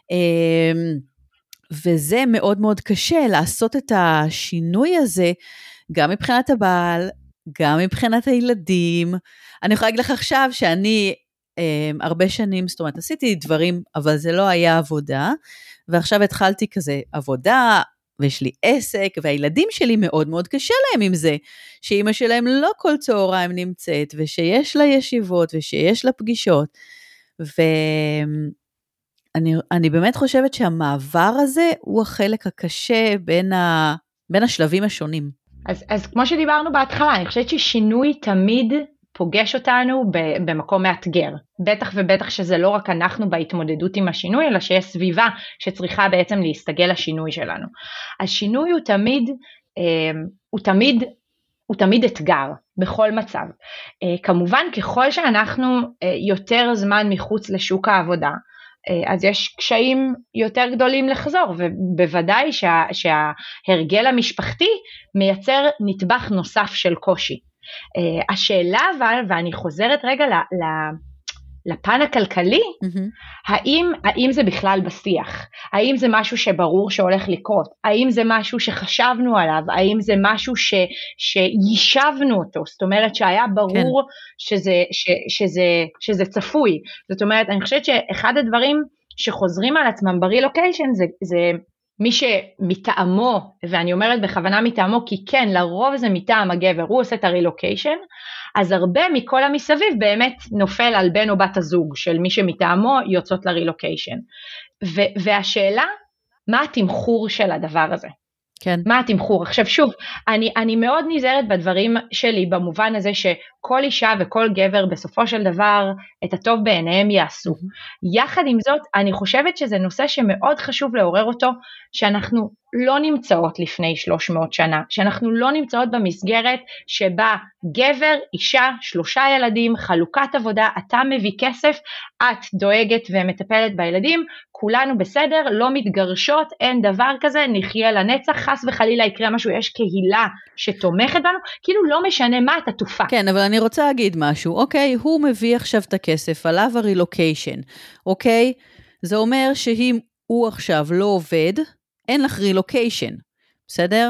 וזה מאוד מאוד קשה לעשות את השינוי הזה, גם מבחינת הבעל, גם מבחינת הילדים. אני יכולה להגיד לך עכשיו שאני הרבה שנים, זאת אומרת, עשיתי דברים, אבל זה לא היה עבודה, ועכשיו התחלתי כזה עבודה, ויש לי עסק, והילדים שלי מאוד מאוד קשה להם עם זה, שאמא שלהם לא כל צהריים נמצאת, ושיש לה ישיבות, ושיש לה פגישות, ואני אני באמת חושבת שהמעבר הזה, הוא החלק הקשה בין, ה, בין השלבים השונים. אז, אז כמו שדיברנו בהתחלה, אני חושבת ששינוי תמיד פוגש אותנו במקום מאתגר, בטח ובטח שזה לא רק אנחנו בהתמודדות עם השינוי, אלא שיש סביבה שצריכה בעצם להסתגל לשינוי שלנו. השינוי הוא תמיד, הוא תמיד, הוא תמיד אתגר בכל מצב. כמובן ככל שאנחנו יותר זמן מחוץ לשוק העבודה, אז יש קשיים יותר גדולים לחזור, ובוודאי שה, שההרגל המשפחתי מייצר נטבח נוסף של קושי. Uh, השאלה אבל, ואני חוזרת רגע ל, ל, לפן הכלכלי, mm-hmm. האם, האם זה בכלל בשיח? האם זה משהו שברור שהולך לקרות? האם זה משהו שחשבנו עליו? האם זה משהו ש, שישבנו אותו? זאת אומרת שהיה ברור כן. שזה, ש, שזה, שזה צפוי. זאת אומרת, אני חושבת שאחד הדברים שחוזרים על עצמם ברילוקיישן זה, זה מי שמטעמו, ואני אומרת בכוונה מטעמו, כי כן, לרוב זה מטעם הגבר, הוא עושה את הרילוקיישן, אז הרבה מכל המסביב באמת נופל על בן או בת הזוג, של מי שמטעמו יוצאות לרילוקיישן. ו- והשאלה, מה התמחור של הדבר הזה? כן. מה התמחור? עכשיו שוב, אני, אני מאוד נזהרת בדברים שלי, במובן הזה כל אישה וכל גבר בסופו של דבר את הטוב בעיניהם יעשו. Mm-hmm. יחד עם זאת, אני חושבת שזה נושא שמאוד חשוב לעורר אותו, שאנחנו לא נמצאות לפני שלוש מאות שנה, שאנחנו לא נמצאות במסגרת שבה גבר, אישה, שלושה ילדים, חלוקת עבודה, אתה מביא כסף, את דואגת ומטפלת בילדים, כולנו בסדר, לא מתגרשות, אין דבר כזה, נחיה לנצח, חס וחלילה יקרה משהו, יש קהילה שתומכת בנו, כאילו לא משנה מה, אתה תופע. כן, אבל אני רוצה להגיד משהו, אוקיי, הוא מביא עכשיו את הכסף, עליו הרילוקיישן, אוקיי, זה אומר שאם הוא עכשיו לא עובד, אין לך רילוקיישן, בסדר?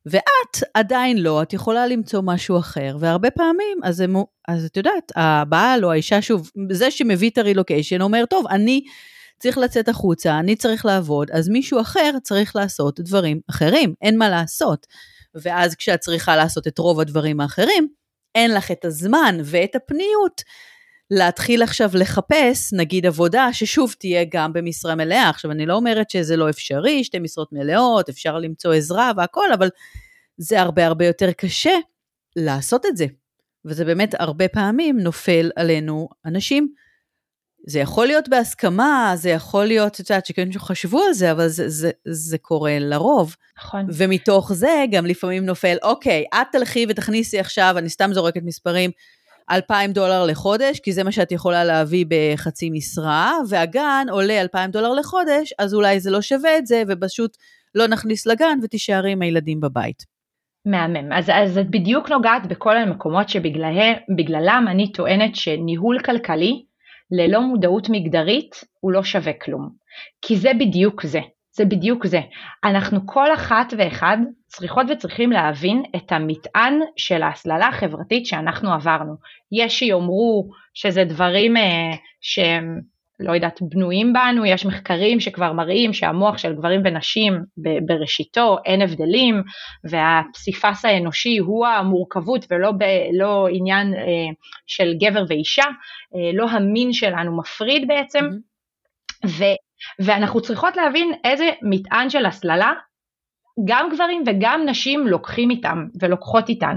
ואת עדיין לא, את יכולה למצוא משהו אחר, והרבה פעמים, אז, הם, אז את יודעת, הבעל או האישה, שוב, זה שמביא את הרילוקיישן, אומר, טוב, אני צריך לצאת החוצה, אני צריך לעבוד, אז מישהו אחר צריך לעשות דברים אחרים, אין מה לעשות. ואז כשאת צריכה לעשות את רוב הדברים האחרים, אין לך את הזמן ואת הפניות, להתחיל עכשיו לחפש, נגיד עבודה, ששוב תהיה גם במשרה מלאה. עכשיו, אני לא אומרת שזה לא אפשרי, שתי משרות מלאות, אפשר למצוא עזרה והכל, אבל זה הרבה הרבה יותר קשה לעשות את זה. וזה באמת הרבה פעמים נופל עלינו אנשים. זה יכול להיות בהסכמה, זה יכול להיות, את יודעת, שכן שחשבו על זה, אבל זה, זה, זה קורה לרוב. נכון. ומתוך זה גם לפעמים נופל, אוקיי, את תלכי ותכניסי עכשיו, אני סתם זורקת מספרים, אלפיים דולר לחודש, כי זה מה שאת יכולה להביא בחצי משרה, והגן עולה אלפיים דולר לחודש, אז אולי זה לא שווה את זה, ופשוט לא נכניס לגן, ותישארי עם הילדים בבית. מהמם, אז, אז את בדיוק נוגעת בכל המקומות שבגללם אני טוענת שניהול כלכלי, ללא מודעות מגדרית, הוא לא שווה כלום. כי זה בדיוק זה. זה בדיוק זה. אנחנו כל אחת ואחד צריכות וצריכים להבין את המטען של ההסללה החברתית שאנחנו עברנו. יש שיאמרו שזה דברים אה, שהם, לא יודעת, בנויים בנו, יש מחקרים שכבר מראים שהמוח של גברים ונשים ב- בראשיתו אין הבדלים, והפסיפס האנושי הוא המורכבות ולא ב- לא עניין אה, של גבר ואישה, אה, לא המין שלנו מפריד בעצם, mm-hmm. ו... ואנחנו צריכות להבין איזה מטען של הסללה, גם גברים וגם נשים לוקחים איתם ולוקחות איתן.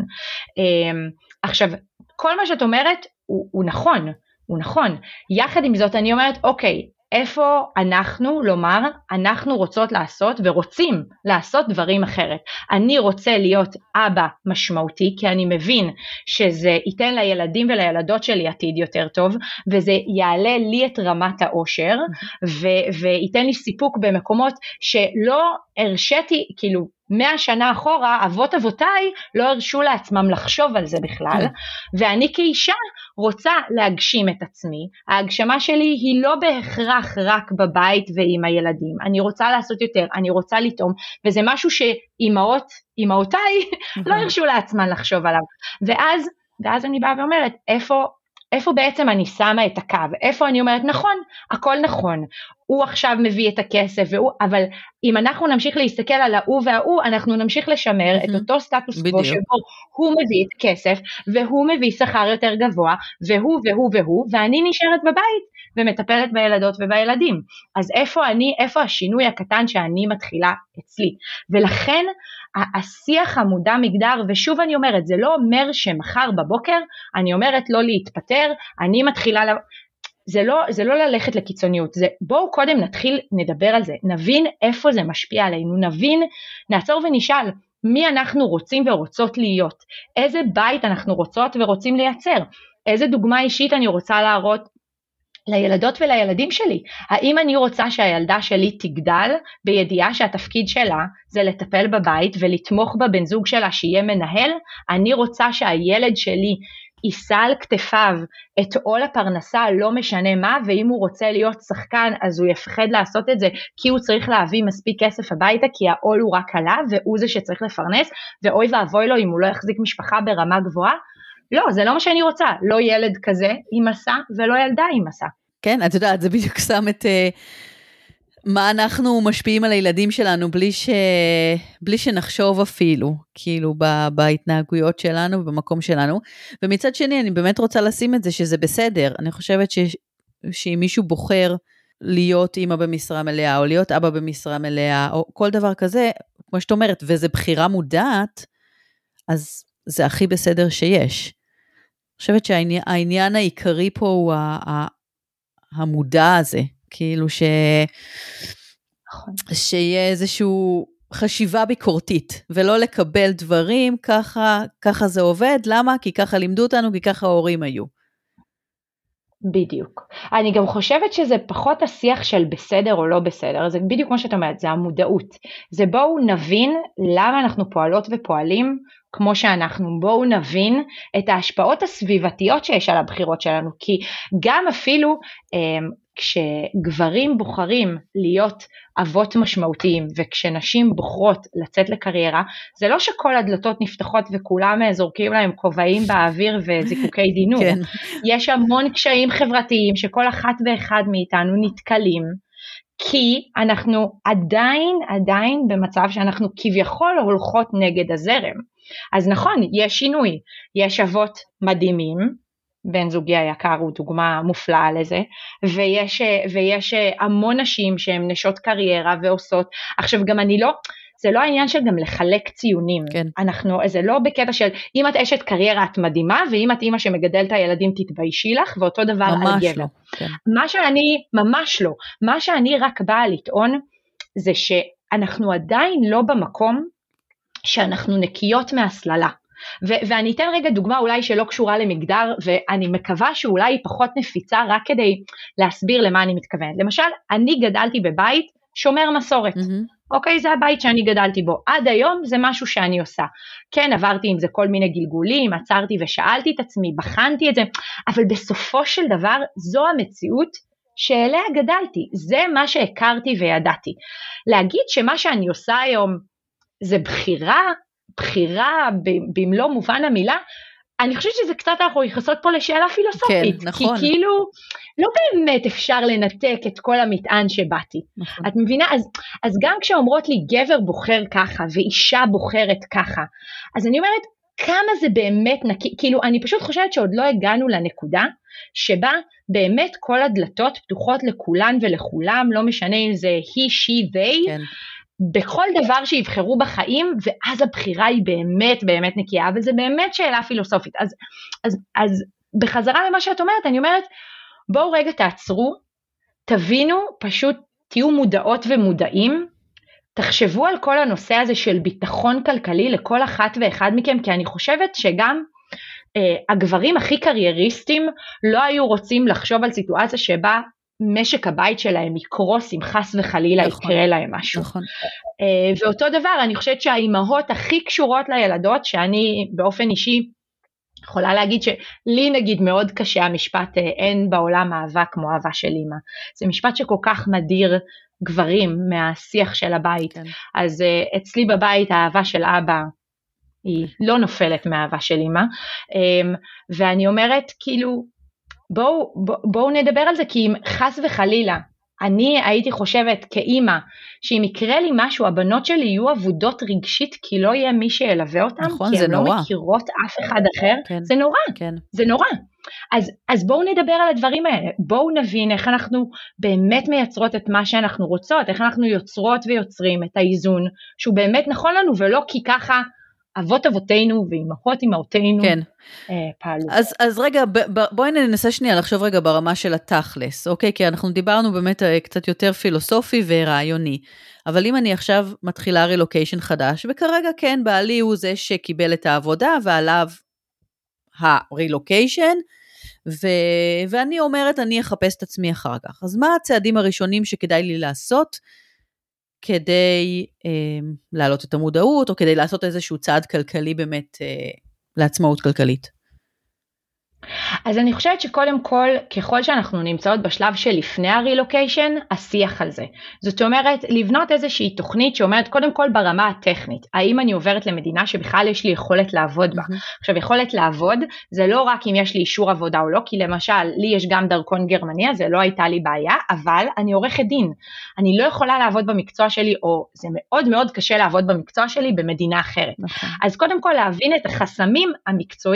עכשיו, כל מה שאת אומרת הוא, הוא נכון, הוא נכון. יחד עם זאת אני אומרת, אוקיי, איפה אנחנו, לומר, אנחנו רוצות לעשות ורוצים לעשות דברים אחרת. אני רוצה להיות אבא משמעותי, כי אני מבין שזה ייתן לילדים ולילדות שלי עתיד יותר טוב, וזה יעלה לי את רמת האושר, ו- וייתן לי סיפוק במקומות שלא הרשיתי, כאילו, מאה שנה אחורה, אבות אבותיי לא הרשו לעצמם לחשוב על זה בכלל, ואני כאישה רוצה להגשים את עצמי. ההגשמה שלי היא לא בהכרח רק בבית ועם הילדים, אני רוצה לעשות יותר, אני רוצה לטעום, וזה משהו שאימהות, אימהותיי לא הרשו לעצמן לחשוב עליו. ואז, ואז אני באה ואומרת, איפה, איפה בעצם אני שמה את הקו? איפה אני אומרת, נכון, הכל נכון, הוא עכשיו מביא את הכסף, והוא, אבל אם אנחנו נמשיך להסתכל על ההוא וההוא, אנחנו נמשיך לשמר mm-hmm. את אותו סטטוס קוו שבו הוא מביא את הכסף, והוא מביא שכר יותר גבוה, והוא והוא והוא, ואני נשארת בבית, ומטפלת בילדות ובילדים. אז איפה אני, איפה השינוי הקטן שאני מתחילה אצלי? ולכן השיח המודע מגדר, ושוב אני אומרת, זה לא אומר שמחר בבוקר, אני אומרת לא להתפטר, אני מתחילה, זה לא, זה לא ללכת לקיצוניות, זה בואו קודם נתחיל, נדבר על זה, נבין איפה זה משפיע עלינו, נבין, נעצור ונשאל, מי אנחנו רוצים ורוצות להיות, איזה בית אנחנו רוצות ורוצים לייצר, איזה דוגמה אישית אני רוצה להראות לילדות ולילדים שלי, האם אני רוצה שהילדה שלי תגדל בידיעה שהתפקיד שלה זה לטפל בבית ולתמוך בבן זוג שלה שיהיה מנהל, אני רוצה שהילד שלי יישא על כתפיו את עול הפרנסה, לא משנה מה, ואם הוא רוצה להיות שחקן, אז הוא יפחד לעשות את זה, כי הוא צריך להביא מספיק כסף הביתה, כי העול הוא רק עליו, והוא זה שצריך לפרנס, ואוי ואבוי לו אם הוא לא יחזיק משפחה ברמה גבוהה. לא, זה לא מה שאני רוצה, לא ילד כזה עם מסע, ולא ילדה עם מסע. כן, את יודעת, זה בדיוק שם את... מה אנחנו משפיעים על הילדים שלנו בלי, ש... בלי שנחשוב אפילו, כאילו בהתנהגויות שלנו, במקום שלנו. ומצד שני, אני באמת רוצה לשים את זה שזה בסדר. אני חושבת ש... שאם מישהו בוחר להיות אמא במשרה מלאה, או להיות אבא במשרה מלאה, או כל דבר כזה, כמו שאת אומרת, וזה בחירה מודעת, אז זה הכי בסדר שיש. חושבת שהעניין העיקרי פה הוא המודע הזה, כאילו ש... שיהיה איזשהו חשיבה ביקורתית, ולא לקבל דברים, ככה, ככה זה עובד, למה? כי ככה לימדו אותנו, כי ככה ההורים היו. בדיוק. אני גם חושבת שזה פחות השיח של בסדר או לא בסדר, זה בדיוק כמו שאת אומרת, זה המודעות. זה בואו נבין למה אנחנו פועלות ופועלים כמו שאנחנו, בואו נבין את ההשפעות הסביבתיות שיש על הבחירות שלנו, כי גם אפילו כשגברים בוחרים להיות אבות משמעותיים, וכשנשים בוחרות לצאת לקריירה, זה לא שכל הדלתות נפתחות וכולם זורקים להם כובעים באוויר וזיקוקי דינור. כן. יש המון קשיים חברתיים שכל אחת ואחד מאיתנו נתקלים, כי אנחנו עדיין, עדיין במצב שאנחנו כביכול הולכות נגד הזרם. אז נכון, יש שינוי, יש אבות מדהימים, בן זוגי היקר הוא דוגמה מופלאה לזה, ויש, ויש המון נשים שהן נשות קריירה ועושות, עכשיו גם אני לא, זה לא העניין של גם לחלק ציונים, כן. אנחנו, זה לא בקטע של, אם את אשת קריירה את מדהימה, ואם את אימא שמגדלת את הילדים תתביישי לך, ואותו דבר על גבר. לא, כן. מה שאני, ממש לא, מה שאני רק באה לטעון, זה שאנחנו עדיין לא במקום, שאנחנו נקיות מהסללה. ו- ואני אתן רגע דוגמה אולי שלא קשורה למגדר, ואני מקווה שאולי היא פחות נפיצה, רק כדי להסביר למה אני מתכוונת. למשל, אני גדלתי בבית שומר מסורת. Mm-hmm. אוקיי, זה הבית שאני גדלתי בו. עד היום זה משהו שאני עושה. כן, עברתי עם זה כל מיני גלגולים, עצרתי ושאלתי את עצמי, בחנתי את זה, אבל בסופו של דבר זו המציאות שאליה גדלתי. זה מה שהכרתי וידעתי. להגיד שמה שאני עושה היום זה בחירה, בחירה במלוא מובן המילה, אני חושבת שזה קצת אנחנו נכנסות פה לשאלה פילוסופית, כן, נכון. כי כאילו לא באמת אפשר לנתק את כל המטען שבאתי, נכון. את מבינה? אז, אז גם כשאומרות לי גבר בוחר ככה ואישה בוחרת ככה, אז אני אומרת כמה זה באמת נקי, כאילו אני פשוט חושבת שעוד לא הגענו לנקודה שבה באמת כל הדלתות פתוחות לכולן ולכולם, לא משנה אם זה he, she, they, כן. בכל דבר שיבחרו בחיים, ואז הבחירה היא באמת באמת נקייה, אבל זה באמת שאלה פילוסופית. אז, אז, אז בחזרה למה שאת אומרת, אני אומרת, בואו רגע תעצרו, תבינו, פשוט תהיו מודעות ומודעים, תחשבו על כל הנושא הזה של ביטחון כלכלי לכל אחת ואחד מכם, כי אני חושבת שגם אה, הגברים הכי קרייריסטים לא היו רוצים לחשוב על סיטואציה שבה משק הבית שלהם יקרוס אם חס וחלילה נכון, יקרה להם משהו. נכון. Uh, ואותו דבר, אני חושבת שהאימהות הכי קשורות לילדות, שאני באופן אישי יכולה להגיד שלי נגיד מאוד קשה המשפט, uh, אין בעולם אהבה כמו אהבה של אימא. זה משפט שכל כך מדיר גברים מהשיח של הבית. כן. אז uh, אצלי בבית האהבה של אבא היא לא נופלת מהאהבה של אימא. Um, ואני אומרת כאילו, בואו, בואו נדבר על זה, כי אם חס וחלילה, אני הייתי חושבת כאימא, שאם יקרה לי משהו, הבנות שלי יהיו עבודות רגשית, כי לא יהיה מי שילווה אותם, נכון, כי הן לא מכירות אף אחד אחר, כן. זה נורא, כן. זה נורא. אז, אז בואו נדבר על הדברים האלה, בואו נבין איך אנחנו באמת מייצרות את מה שאנחנו רוצות, איך אנחנו יוצרות ויוצרים את האיזון, שהוא באמת נכון לנו, ולא כי ככה, אבות אבותינו ואימהות אימהותינו כן. אה, פעלו. אז, אז רגע, ב, ב, בואי ננסה שנייה לחשוב רגע ברמה של התכלס, אוקיי? כי אנחנו דיברנו באמת קצת יותר פילוסופי ורעיוני, אבל אם אני עכשיו מתחילה רילוקיישן חדש, וכרגע כן, בעלי הוא זה שקיבל את העבודה, ועליו הרילוקיישן, ו, ואני אומרת, אני אחפש את עצמי אחר כך. אז מה הצעדים הראשונים שכדאי לי לעשות, כדי אה, להעלות את המודעות, או כדי לעשות איזשהו צעד כלכלי באמת אה, לעצמאות כלכלית? אז אני חושבת שקודם כל, ככל שאנחנו נמצאות בשלב של לפני הרילוקיישן, השיח על זה. זאת אומרת, לבנות איזושהי תוכנית שאומרת, קודם כל ברמה הטכנית, האם אני עוברת למדינה שבכלל יש לי יכולת לעבוד בה. Mm-hmm. עכשיו, יכולת לעבוד, זה לא רק אם יש לי אישור עבודה או לא, כי למשל, לי יש גם דרכון גרמני, אז זה לא הייתה לי בעיה, אבל אני עורכת דין. אני לא יכולה לעבוד במקצוע שלי, או זה מאוד מאוד קשה לעבוד במקצוע שלי במדינה אחרת. Mm-hmm. אז קודם כל, להבין את החסמים המקצועיים,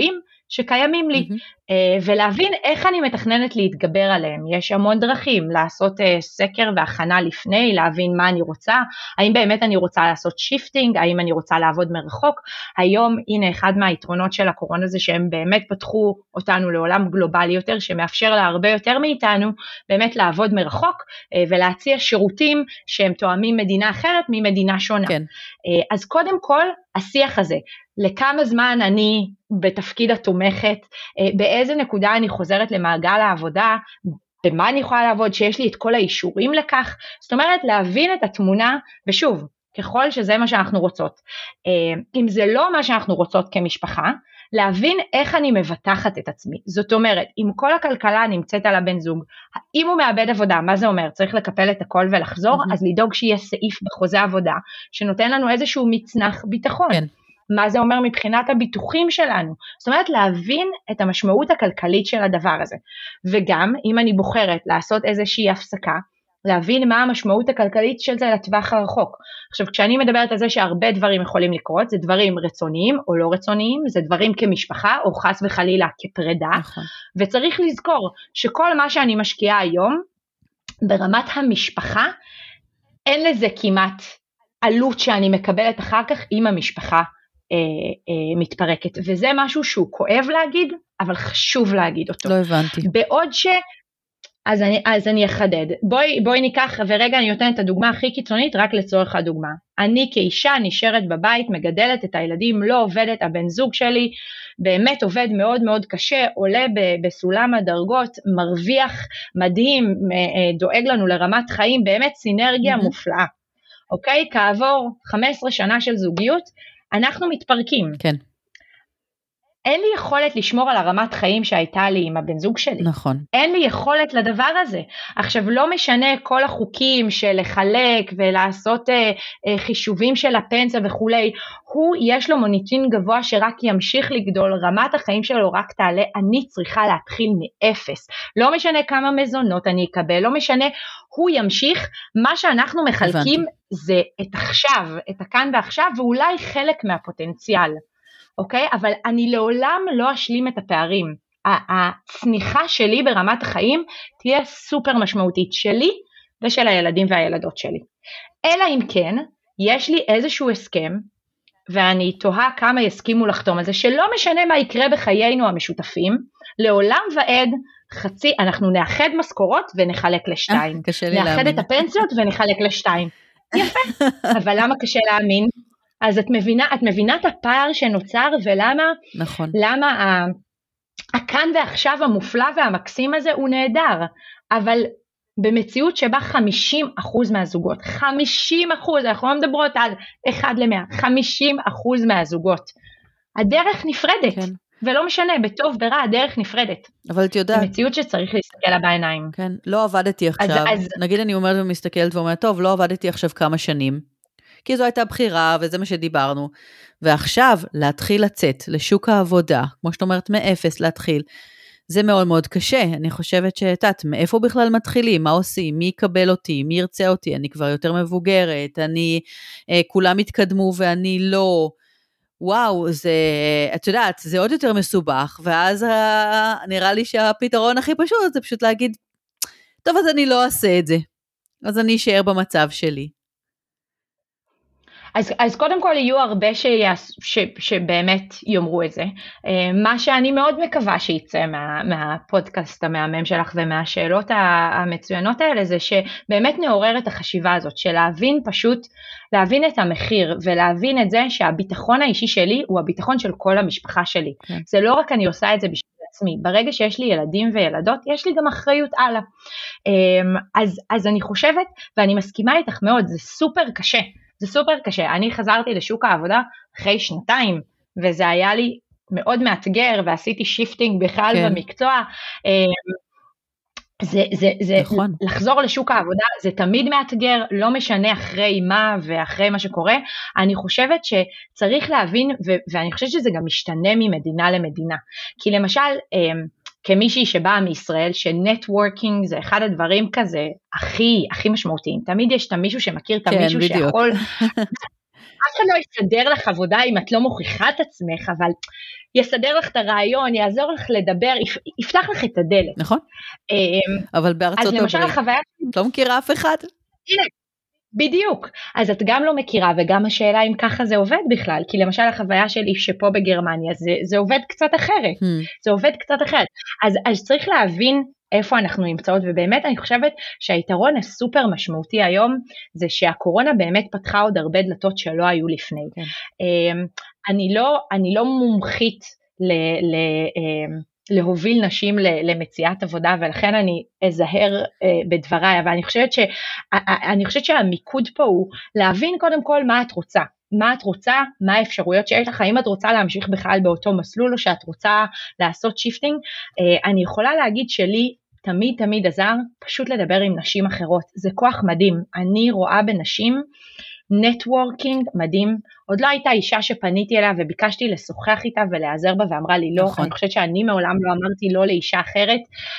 שקיימים לי, mm-hmm. ולהבין איך אני מתכננת להתגבר עליהם. יש המון דרכים, לעשות סקר והכנה לפני, להבין מה אני רוצה, האם באמת אני רוצה לעשות שיפטינג, האם אני רוצה לעבוד מרחוק. היום, הנה אחד מהיתרונות של הקורונה זה שהם באמת פתחו אותנו לעולם גלובלי יותר, שמאפשר לה הרבה יותר מאיתנו, באמת לעבוד מרחוק, ולהציע שירותים שהם תואמים מדינה אחרת ממדינה שונה. כן. אז קודם כל, השיח הזה, לכמה זמן אני בתפקיד התומכת, באיזה נקודה אני חוזרת למעגל העבודה, במה אני יכולה לעבוד, שיש לי את כל האישורים לכך, זאת אומרת להבין את התמונה, ושוב, ככל שזה מה שאנחנו רוצות, אם זה לא מה שאנחנו רוצות כמשפחה, להבין איך אני מבטחת את עצמי, זאת אומרת, אם כל הכלכלה נמצאת על הבן זוג, אם הוא מאבד עבודה, מה זה אומר? צריך לקפל את הכל ולחזור, אז לדאוג שיהיה סעיף בחוזה עבודה, שנותן לנו איזשהו מצנח ביטחון, כן. מה זה אומר מבחינת הביטוחים שלנו, זאת אומרת להבין את המשמעות הכלכלית של הדבר הזה, וגם אם אני בוחרת לעשות איזושהי הפסקה, להבין מה המשמעות הכלכלית של זה לטווח הרחוק. עכשיו, כשאני מדברת על זה שהרבה דברים יכולים לקרות, זה דברים רצוניים או לא רצוניים, זה דברים כמשפחה או חס וחלילה כפרידה, נכון. וצריך לזכור שכל מה שאני משקיעה היום, ברמת המשפחה, אין לזה כמעט עלות שאני מקבלת אחר כך עם המשפחה אה, אה, מתפרקת, וזה משהו שהוא כואב להגיד, אבל חשוב להגיד אותו. לא הבנתי. בעוד ש... אז אני, אז אני אחדד, בואי, בואי ניקח, ורגע אני נותנת את הדוגמה הכי קיצונית, רק לצורך הדוגמה. אני כאישה נשארת בבית, מגדלת את הילדים, לא עובדת, הבן זוג שלי באמת עובד מאוד מאוד קשה, עולה ב, בסולם הדרגות, מרוויח מדהים, דואג לנו לרמת חיים, באמת סינרגיה mm-hmm. מופלאה. אוקיי? כעבור חמש עשרה שנה של זוגיות, אנחנו מתפרקים. כן. אין לי יכולת לשמור על הרמת חיים שהייתה לי עם הבן זוג שלי. נכון. אין לי יכולת לדבר הזה. עכשיו, לא משנה כל החוקים של לחלק ולעשות אה, אה, חישובים של הפנסיה וכולי, הוא יש לו מוניטין גבוה שרק ימשיך לגדול, רמת החיים שלו רק תעלה, אני צריכה להתחיל מאפס. לא משנה כמה מזונות אני אקבל, לא משנה, הוא ימשיך, מה שאנחנו מחלקים הבנתי. זה את עכשיו, את הכאן ועכשיו, ואולי חלק מהפוטנציאל. אוקיי? אבל אני לעולם לא אשלים את הפערים. הצניחה שלי ברמת החיים תהיה סופר משמעותית שלי ושל הילדים והילדות שלי. אלא אם כן, יש לי איזשהו הסכם, ואני תוהה כמה יסכימו לחתום על זה, שלא משנה מה יקרה בחיינו המשותפים, לעולם ועד חצי, אנחנו נאחד משכורות ונחלק לשתיים. קשה לי להאמין. נאחד את הפנסיות ונחלק לשתיים. יפה. אבל למה קשה להאמין? אז את מבינה, את מבינה את הפער שנוצר, ולמה, נכון. למה ה, הכאן ועכשיו המופלא והמקסים הזה הוא נהדר, אבל במציאות שבה חמישים אחוז מהזוגות, חמישים אחוז, אנחנו לא מדברות על אחד למאה, חמישים אחוז מהזוגות, הדרך נפרדת, כן. ולא משנה, בטוב ברע, הדרך נפרדת. אבל את יודעת. במציאות שצריך להסתכל לה בעיניים. כן, לא עבדתי עכשיו, אז, אז, נגיד אני אומרת ומסתכלת ואומרת, טוב, לא עבדתי עכשיו כמה שנים, כי זו הייתה בחירה, וזה מה שדיברנו, ועכשיו להתחיל לצאת לשוק העבודה, כמו שאת אומרת, מאפס להתחיל, זה מאוד מאוד קשה, אני חושבת שתת, מאיפה בכלל מתחילים, מה עושים, מי יקבל אותי, מי ירצה אותי, אני כבר יותר מבוגרת, אני, אה, כולם התקדמו ואני לא, וואו, זה, את יודעת, זה עוד יותר מסובך, ואז ה, נראה לי שהפתרון הכי פשוט, זה פשוט להגיד, טוב, אז אני לא אעשה את זה, אז אני אשאר במצב שלי. אז, אז קודם כל יהיו הרבה שיעש, ש, שבאמת יאמרו את זה. מה שאני מאוד מקווה שיצא מה, מהפודקאסט המהמם שלך ומהשאלות המצוינות האלה, זה שבאמת נעורר את החשיבה הזאת, של להבין פשוט, להבין את המחיר, ולהבין את זה שהביטחון האישי שלי הוא הביטחון של כל המשפחה שלי. Okay. זה לא רק אני עושה את זה בשביל עצמי, ברגע שיש לי ילדים וילדות, יש לי גם אחריות הלאה. אז, אז אני חושבת, ואני מסכימה איתך מאוד, זה סופר קשה, זה סופר קשה. אני חזרתי לשוק העבודה אחרי שנתיים, וזה היה לי מאוד מאתגר, ועשיתי שיפטינג בכלל כן. במקצוע. זה, זה, זה, נכון. לחזור לשוק העבודה זה תמיד מאתגר, לא משנה אחרי מה ואחרי מה שקורה. אני חושבת שצריך להבין, ו- ואני חושבת שזה גם משתנה ממדינה למדינה. כי למשל, כמישהי שבאה מישראל, שנטוורקינג זה אחד הדברים כזה הכי, הכי משמעותיים. תמיד יש את המישהו שמכיר את המישהו כן, שיכול, אף אחד לא יסדר לך עבודה אם את לא מוכיחה את עצמך, אבל יסדר לך את הרעיון, יעזור לך לדבר, יפתח לך את הדלת. נכון. אבל בארצות הברית, את לא מכירה אף אחד? הנה, בדיוק. אז את גם לא מכירה, וגם השאלה אם ככה זה עובד בכלל, כי למשל החוויה שלי שפה בגרמניה, זה, זה עובד קצת אחרת. זה עובד קצת אחרת. אז, אז צריך להבין איפה אנחנו נמצאות, ובאמת אני חושבת שהיתרון הסופר משמעותי היום, זה שהקורונה באמת פתחה עוד הרבה דלתות שלא היו לפני. כן. אני לא, אני לא מומחית ל, ל, להוביל נשים למציאת עבודה, ולכן אני אזהר בדבריי, אבל אני חושבת ש, אני חושבת שהמיקוד פה הוא להבין קודם כל מה את רוצה. מה את רוצה, מה האפשרויות שיש לך, האם את רוצה להמשיך בכלל באותו מסלול, או שאת רוצה לעשות שיפטינג. אני יכולה להגיד שלי תמיד תמיד עזר פשוט לדבר עם נשים אחרות, זה כוח מדהים, אני רואה בנשים נטוורקינג מדהים, עוד לא הייתה אישה שפניתי אליה וביקשתי לשוחח איתה ולעזר בה ואמרה לי לא, נכון. אני חושבת שאני מעולם לא אמרתי לא לאישה אחרת,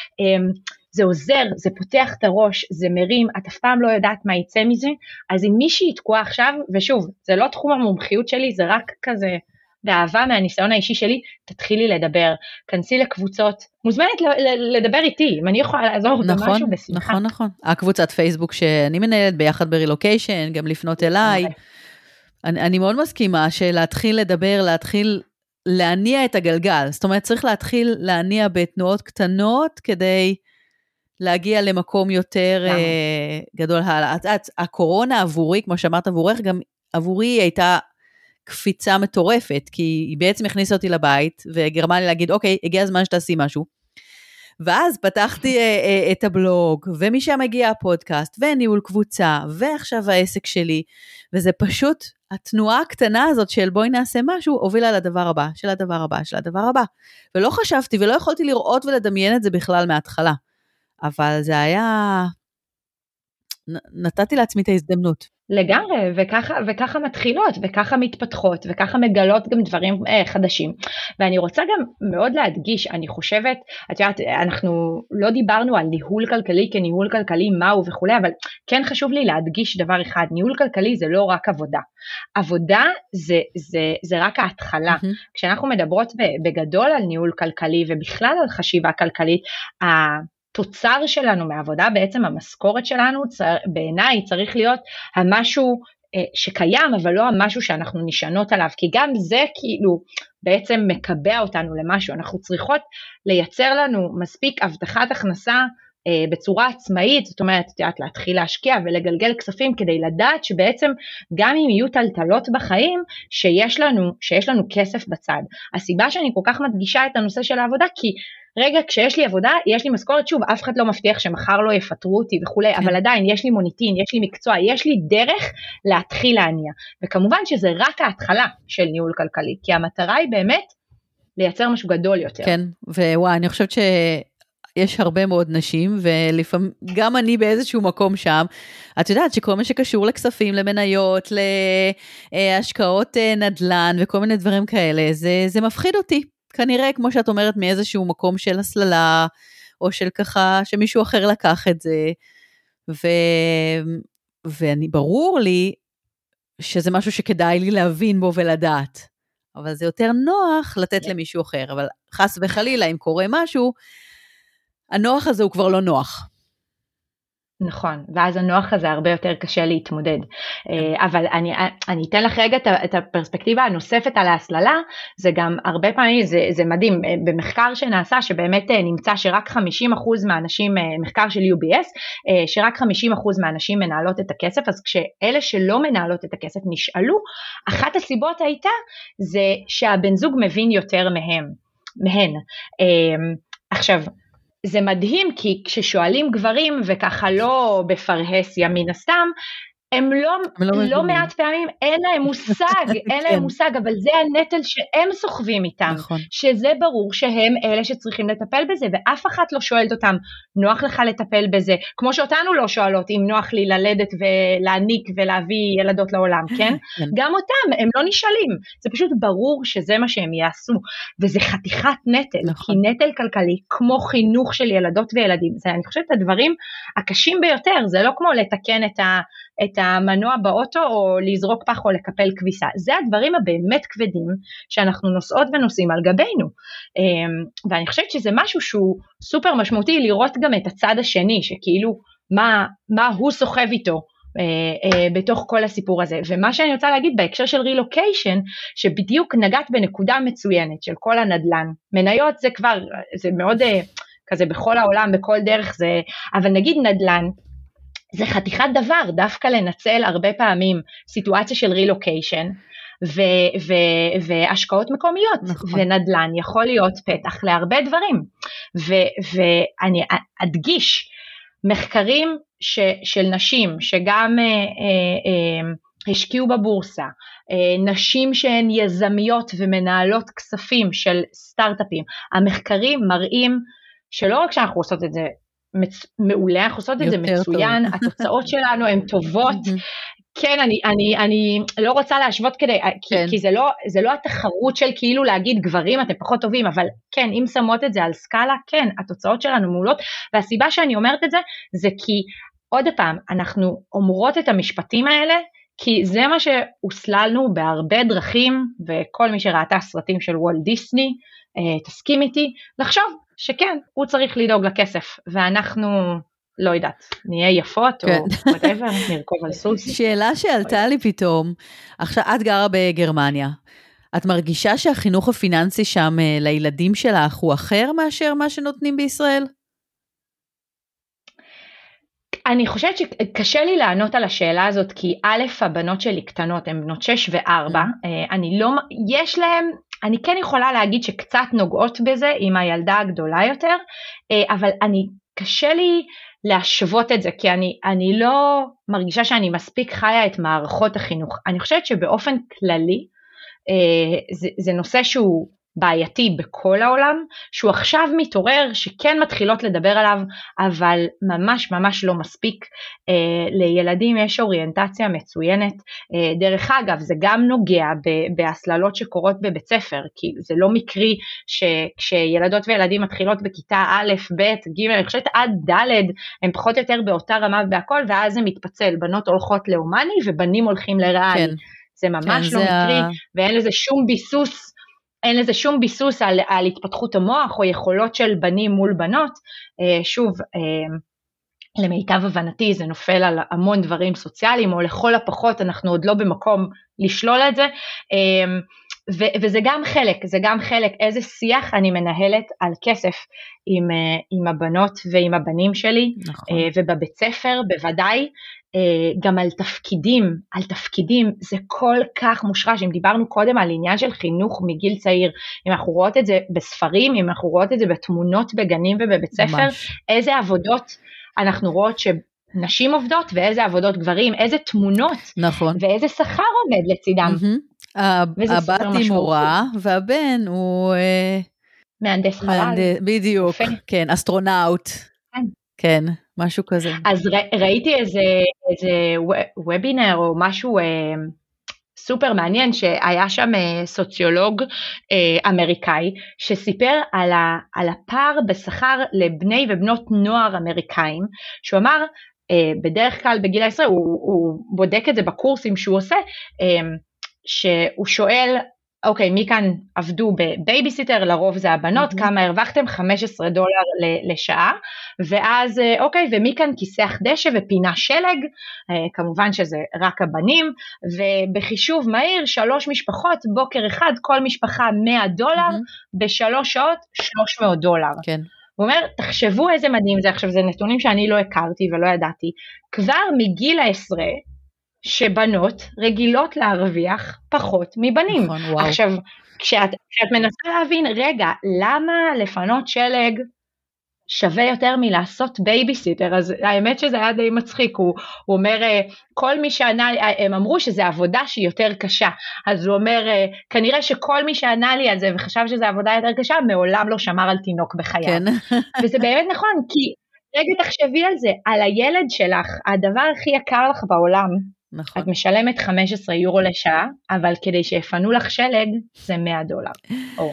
זה עוזר, זה פותח את הראש, זה מרים, את אף פעם לא יודעת מה יצא מזה, אז אם מישהי תקוע עכשיו, ושוב, זה לא תחום המומחיות שלי, זה רק כזה באהבה מהניסיון האישי שלי, תתחילי לדבר, כנסי לקבוצות, מוזמנת לדבר איתי, אם אני יכולה לעזור נכון, במשהו בשמחה. נכון, נכון. הקבוצת פייסבוק שאני מנהלת ביחד ברילוקיישן, גם לפנות אליי, אני, אני מאוד מסכימה שלהתחיל לדבר, להתחיל להניע את הגלגל, זאת אומרת צריך להתחיל להניע בתנועות קטנות, כדי להגיע למקום יותר uh, גדול הלאה. הקורונה עבורי, כמו שאמרת עבורך, גם עבורי היא הייתה קפיצה מטורפת, כי היא בעצם הכניסה אותי לבית, וגרמה לי להגיד, אוקיי, הגיע הזמן שתעשי משהו. ואז פתחתי uh, uh, את הבלוג, ומשם הגיע הפודקאסט, וניהול קבוצה, ועכשיו העסק שלי, וזה פשוט התנועה הקטנה הזאת של בואי נעשה משהו, הובילה לדבר הבא, של הדבר הבא, של הדבר הבא. ולא חשבתי, ולא יכולתי לראות ולדמיין את זה בכלל מההתחלה. אבל זה היה, נתתי לעצמי את ההזדמנות. לגמרי, וככה, וככה מתחילות, וככה מתפתחות, וככה מגלות גם דברים אה, חדשים. ואני רוצה גם מאוד להדגיש, אני חושבת, את יודעת, אנחנו לא דיברנו על ניהול כלכלי כניהול כלכלי מהו וכו', אבל כן חשוב לי להדגיש דבר אחד, ניהול כלכלי זה לא רק עבודה. עבודה זה, זה, זה רק ההתחלה. Mm-hmm. כשאנחנו מדברות בגדול על ניהול כלכלי, ובכלל על חשיבה כלכלית, ה... תוצר שלנו מעבודה, בעצם המשכורת שלנו, בעיניי צריך להיות המשהו שקיים, אבל לא המשהו שאנחנו נשענות עליו, כי גם זה כאילו בעצם מקבע אותנו למשהו, אנחנו צריכות לייצר לנו מספיק הבטחת הכנסה בצורה עצמאית, זאת אומרת, תיאת, להתחיל להשקיע ולגלגל כספים, כדי לדעת שבעצם גם אם יהיו טלטלות בחיים, שיש לנו, שיש לנו כסף בצד. הסיבה שאני כל כך מדגישה את הנושא של העבודה, כי רגע, כשיש לי עבודה, יש לי משכורת, שוב, אף אחד לא מבטיח שמחר לא יפטרו אותי וכו', אבל עדיין יש לי מוניטין, יש לי מקצוע, יש לי דרך להתחיל להניע. וכמובן שזה רק ההתחלה של ניהול כלכלי, כי המטרה היא באמת לייצר משהו גדול יותר. כן, ווואי, אני חושבת שיש הרבה מאוד נשים, ולפעמים, גם אני באיזשהו מקום שם, את יודעת שכל מה שקשור לכספים, למניות, להשקעות נדל"ן, וכל מיני דברים כאלה, זה, זה מפחיד אותי. כנראה, כמו שאת אומרת, מאיזשהו מקום של הסללה, או של ככה, שמישהו אחר לקח את זה, ו... ואני, ברור לי, שזה משהו שכדאי לי להבין בו ולדעת, אבל זה יותר נוח לתת למישהו אחר, אבל חס וחלילה, אם קורה משהו, הנוח הזה הוא כבר לא נוח. נכון, ואז הנוח הזה הרבה יותר קשה להתמודד, אבל אני, אני אתן לך רגע את הפרספקטיבה הנוספת על ההסללה, זה גם הרבה פעמים, זה, זה מדהים, במחקר שנעשה שבאמת נמצא שרק חמישים אחוז מהאנשים, מחקר של יו בי אס, שרק חמישים אחוז מהאנשים מנהלות את הכסף, אז כשאלה שלא מנהלות את הכסף נשאלו, אחת הסיבות הייתה, זה שהבן זוג מבין יותר מהם, מהן. עכשיו, זה מדהים, כי כששואלים גברים, וככה לא בפרהסיה מן הסתם, הם לא, לא, לא מעט פעמים, אין להם מושג, אין להם מושג, אבל זה הנטל שהם סוחבים איתם, נכון. שזה ברור שהם אלה שצריכים לטפל בזה, ואף אחת לא שואלת אותם, נוח לך לטפל בזה, כמו שאותנו לא שואלות, אם נוח לי ללדת ולהניק ולהביא ילדות לעולם, כן? גם אותם, הם לא נשאלים, זה פשוט ברור שזה מה שהם יעשו, וזה חתיכת נטל, נכון. כי נטל כלכלי, כמו חינוך של ילדות וילדים, זה אני חושבת הדברים הקשים ביותר, זה לא כמו לתקן את ה... את מהמנוע באוטו, או לזרוק פח או לקפל כביסה. זה הדברים הבאמת כבדים, שאנחנו נוסעות ונוסעים על גבינו, ואני חושבת שזה משהו שהוא סופר משמעותי, לראות גם את הצד השני, שכאילו, מה, מה הוא סוחב איתו, בתוך כל הסיפור הזה. ומה שאני רוצה להגיד בהקשר של רילוקיישן, שבדיוק נגעת בנקודה מצוינת של כל הנדלן. מניות זה כבר, זה מאוד כזה בכל העולם, בכל דרך זה, אבל נגיד נדלן, זה חתיכת דבר, דווקא לנצל הרבה פעמים סיטואציה של רילוקיישן, ו- ו- והשקעות מקומיות, נכון. ונדלן יכול להיות פתח להרבה דברים. ו- ואני אדגיש, מחקרים ש, של נשים שגם אה, אה, אה, השקיעו בבורסה, אה, נשים שהן יזמיות ומנהלות כספים של סטארט-אפים, המחקרים מראים שלא רק שאנחנו עושות את זה מצ... מעולה, אנחנו עושות את זה מצוין, טוב. התוצאות שלנו הן טובות, כן, אני, אני, אני לא רוצה להשוות כדי, כן. כי, כי זה לא, זה לא התחרות של כאילו להגיד גברים, אתם פחות טובים, אבל כן, אם שמות את זה על סקאלה, כן, התוצאות שלנו מעולות, והסיבה שאני אומרת את זה, זה כי, עוד פעם, אנחנו אומרות את המשפטים האלה, כי זה מה שהוסללנו בהרבה דרכים, וכל מי שראתה סרטים של וולט דיסני, תסכים איתי, לחשוב שכן, הוא צריך לדאוג לכסף, ואנחנו... לא יודעת, נהיה יפות או whatever, נרכוב על סוס. שאלה שעלתה לי פתאום, עכשיו את גרה בגרמניה, את מרגישה שהחינוך הפיננסי שם לילדים שלך הוא אחר מאשר מה שנותנים בישראל? אני חושבת שקשה לי לענות על השאלה הזאת, כי א', הבנות שלי קטנות, הן בנות שש וארבע, אני לא, יש להם, אני כן יכולה להגיד שקצת נוגעות בזה עם הילדה הגדולה יותר, אבל אני, קשה לי להשוות את זה, כי אני, אני לא מרגישה שאני מספיק חיה את מערכות החינוך. אני חושבת שבאופן כללי, זה, זה נושא שהוא בעייתי בכל העולם, שהוא עכשיו מתעורר, שכן מתחילות לדבר עליו, אבל ממש ממש לא מספיק. לילדים יש אוריינטציה מצוינת, דרך אגב, זה גם נוגע בהסללות שקורות בבית ספר, כי זה לא מקרי שכשילדות וילדים מתחילות בכיתה א', ב', ג', אני חושבת עד ד', הם פחות או יותר באותה רמה בהכל, ואז זה מתפצל, בנות הולכות לאומני, ובנים הולכים לריאלי. כן. זה ממש כן, לא זה מקרי, ה... ואין לזה שום ביסוס, אין לזה שום ביסוס על, על התפתחות המוח, או יכולות של בנים מול בנות. שוב, למיטב הבנתי זה נופל על המון דברים סוציאליים, או לכל הפחות אנחנו עוד לא במקום לשלול את זה, ו- וזה גם חלק, זה גם חלק איזה שיח אני מנהלת על כסף עם, עם הבנות ועם הבנים שלי, נכון. ובבית ספר בוודאי, גם על תפקידים, על תפקידים, זה כל כך מושרש, אם דיברנו קודם על עניין של חינוך מגיל צעיר, אם אנחנו רואות את זה בספרים, אם אנחנו רואות את זה בתמונות בגנים ובבית ספר, ממש. איזה עבודות אנחנו רואות שנשים עובדות, ואיזה עבודות גברים, איזה תמונות, נכון. ואיזה שכר עומד לצידם. Mm-hmm. הבת היא מורה, והבן הוא... מהנדס חלל. בדיוק, יפה. כן, אסטרונאוט. כן. כן, משהו כזה. אז ר, ראיתי איזה, איזה וובינר או משהו... סופר מעניין שהיה שם סוציולוג אה, אמריקאי שסיפר על, ה, על הפער בשכר לבני ובנות נוער אמריקאים, שהוא אמר אה, בדרך כלל בגיל העשרה, הוא, הוא בודק את זה בקורסים שהוא עושה, אה, שהוא שואל, אוקיי, מי כאן עבדו בבייביסיטר, לרוב זה הבנות, mm-hmm. כמה הרווחתם? חמישה עשר דולר לשעה, ואז, אוקיי, ומי כאן כיסח דשא ופינה שלג, כמובן שזה רק הבנים, ובחישוב מהיר, שלוש משפחות, בוקר אחד, כל משפחה מאה דולר, mm-hmm. בשלוש שעות, שלוש מאות דולר. כן. הוא אומר, תחשבו איזה מדהים זה, עכשיו זה נתונים שאני לא הכרתי ולא ידעתי, כבר מגיל העשרה, שבנות רגילות להרוויח פחות מבנים. נכון, וואו. עכשיו, כשאת, כשאת מנסה להבין, רגע, למה לפנות שלג שווה יותר מלעשות בייביסיטר? אז האמת שזה היה די מצחיק, הוא, הוא אומר, כל מי שענה, הם אמרו שזה עבודה שהיא יותר קשה, אז הוא אומר, כנראה שכל מי שענה לי על זה וחשב שזה עבודה יותר קשה, מעולם לא שמר על תינוק בחייו. כן. וזה באמת נכון, כי רגע תחשבי על זה, על הילד שלך, הדבר הכי יקר לך בעולם, נכון. את משלמת חמישה עשר יורו לשעה, אבל כדי שיפנו לך שלג, זה מאה דולר. או,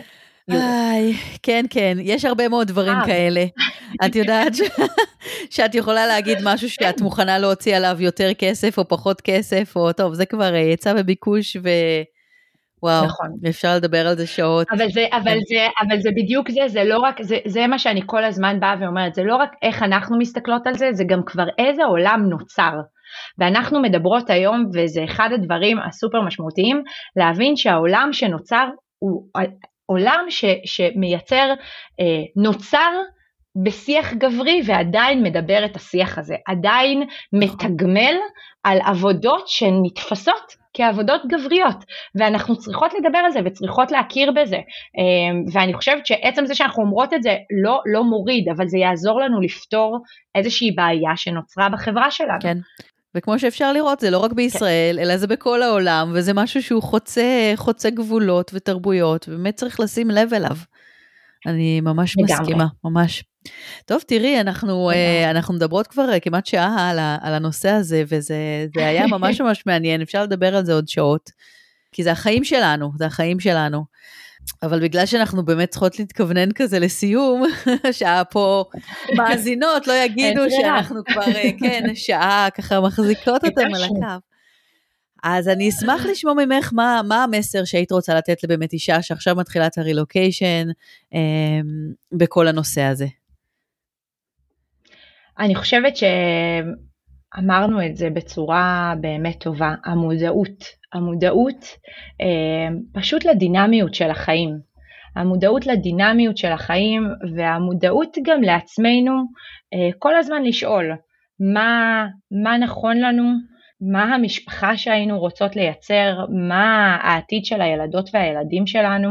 איי, כן, כן, יש הרבה מאוד דברים כאלה. את יודעת שאת יכולה להגיד משהו שאת מוכנה להוציא עליו יותר כסף או פחות כסף, או טוב, זה כבר יצא בביקוש ו... וואו, נכון. אפשר לדבר על זה שעות. אבל זה, אבל זה, אבל זה בדיוק זה, זה לא רק, זה, זה מה שאני כל הזמן באה ואומרת, זה לא רק איך אנחנו מסתכלות על זה, זה גם כבר איזה עולם נוצר. ואנחנו מדברות היום, וזה אחד הדברים הסופר משמעותיים, להבין שהעולם שנוצר הוא עולם ש, שמייצר, אה, נוצר בשיח גברי, ועדיין מדבר את השיח הזה, עדיין מתגמל על עבודות שנתפסות, כעבודות גבריות, ואנחנו צריכות לדבר על זה, וצריכות להכיר בזה, ואני חושבת שעצם זה שאנחנו אומרות את זה, לא, לא מוריד, אבל זה יעזור לנו לפתור איזושהי בעיה שנוצרה בחברה שלנו. כן, וכמו שאפשר לראות, זה לא רק בישראל, כן. אלא זה בכל העולם, וזה משהו שהוא חוצה, חוצה גבולות ותרבויות, ובאמת צריך לשים לב אליו. אני ממש לגמרי. מסכימה, ממש. טוב, תראי, אנחנו, אנחנו מדברות כבר כמעט שעה על, על הנושא הזה, וזה זה היה ממש ממש מעניין, אפשר לדבר על זה עוד שעות, כי זה החיים שלנו, זה החיים שלנו. אבל בגלל שאנחנו באמת צריכות להתכוונן כזה לסיום, שעה פה מאזינות לא יגידו שאנחנו כבר, כן, שעה ככה מחזיקות אותם על הקו. אז אני אשמח לשמוע ממך מה, מה המסר שהיית רוצה לתת לבאמת אישה, שעכשיו מתחילה את הרילוקיישן, אה, בכל הנושא הזה. אני חושבת שאמרנו את זה בצורה באמת טובה, המודעות, המודעות אה, פשוט לדינמיות של החיים, המודעות לדינמיות של החיים, והמודעות גם לעצמנו, אה, כל הזמן לשאול, מה, מה נכון לנו, מה המשפחה שהיינו רוצות לייצר, מה העתיד של הילדות והילדים שלנו,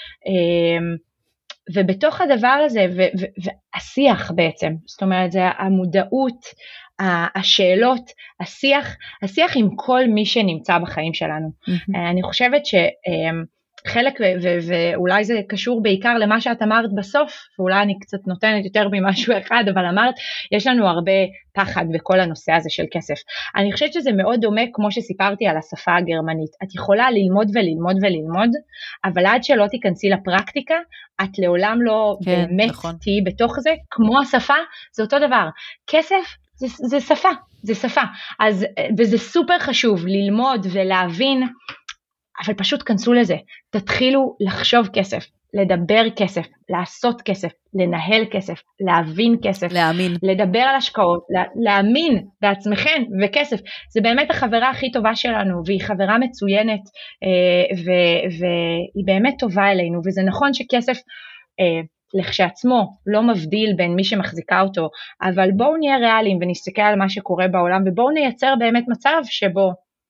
ובתוך הדבר הזה, והשיח בעצם, זאת אומרת, זה המודעות, השאלות, השיח, השיח עם כל מי שנמצא בחיים שלנו. אני חושבת ש... חלק, ו- ואולי זה קשור בעיקר למה שאת אמרת בסוף, ואולי אני קצת נותנת יותר ממשהו אחד, אבל אמרת, יש לנו הרבה פחד בכל הנושא הזה של כסף. אני חושבת שזה מאוד דומה, כמו שסיפרתי על השפה הגרמנית. את יכולה ללמוד וללמוד וללמוד, אבל עד שלא תיכנסי לפרקטיקה, את לעולם לא כן, באמת נכון. תהיי בתוך זה, כמו השפה, זה אותו דבר. כסף זה, זה שפה, זה שפה. אז, וזה סופר חשוב ללמוד ולהבין, אבל פשוט כנסו לזה, תתחילו לחשוב כסף, לדבר כסף, לעשות כסף, לנהל כסף, להבין כסף, להאמין, לדבר על השקעות, להאמין בעצמכם וכסף, זה באמת החברה הכי טובה שלנו, והיא חברה מצוינת, והיא באמת טובה אלינו, וזה נכון שכסף לכשעצמו לא מבדיל בין מי שמחזיקה אותו, אבל בואו נהיה ריאליים ונסתכל על מה שקורה בעולם, ובואו נייצר באמת מצב שבו,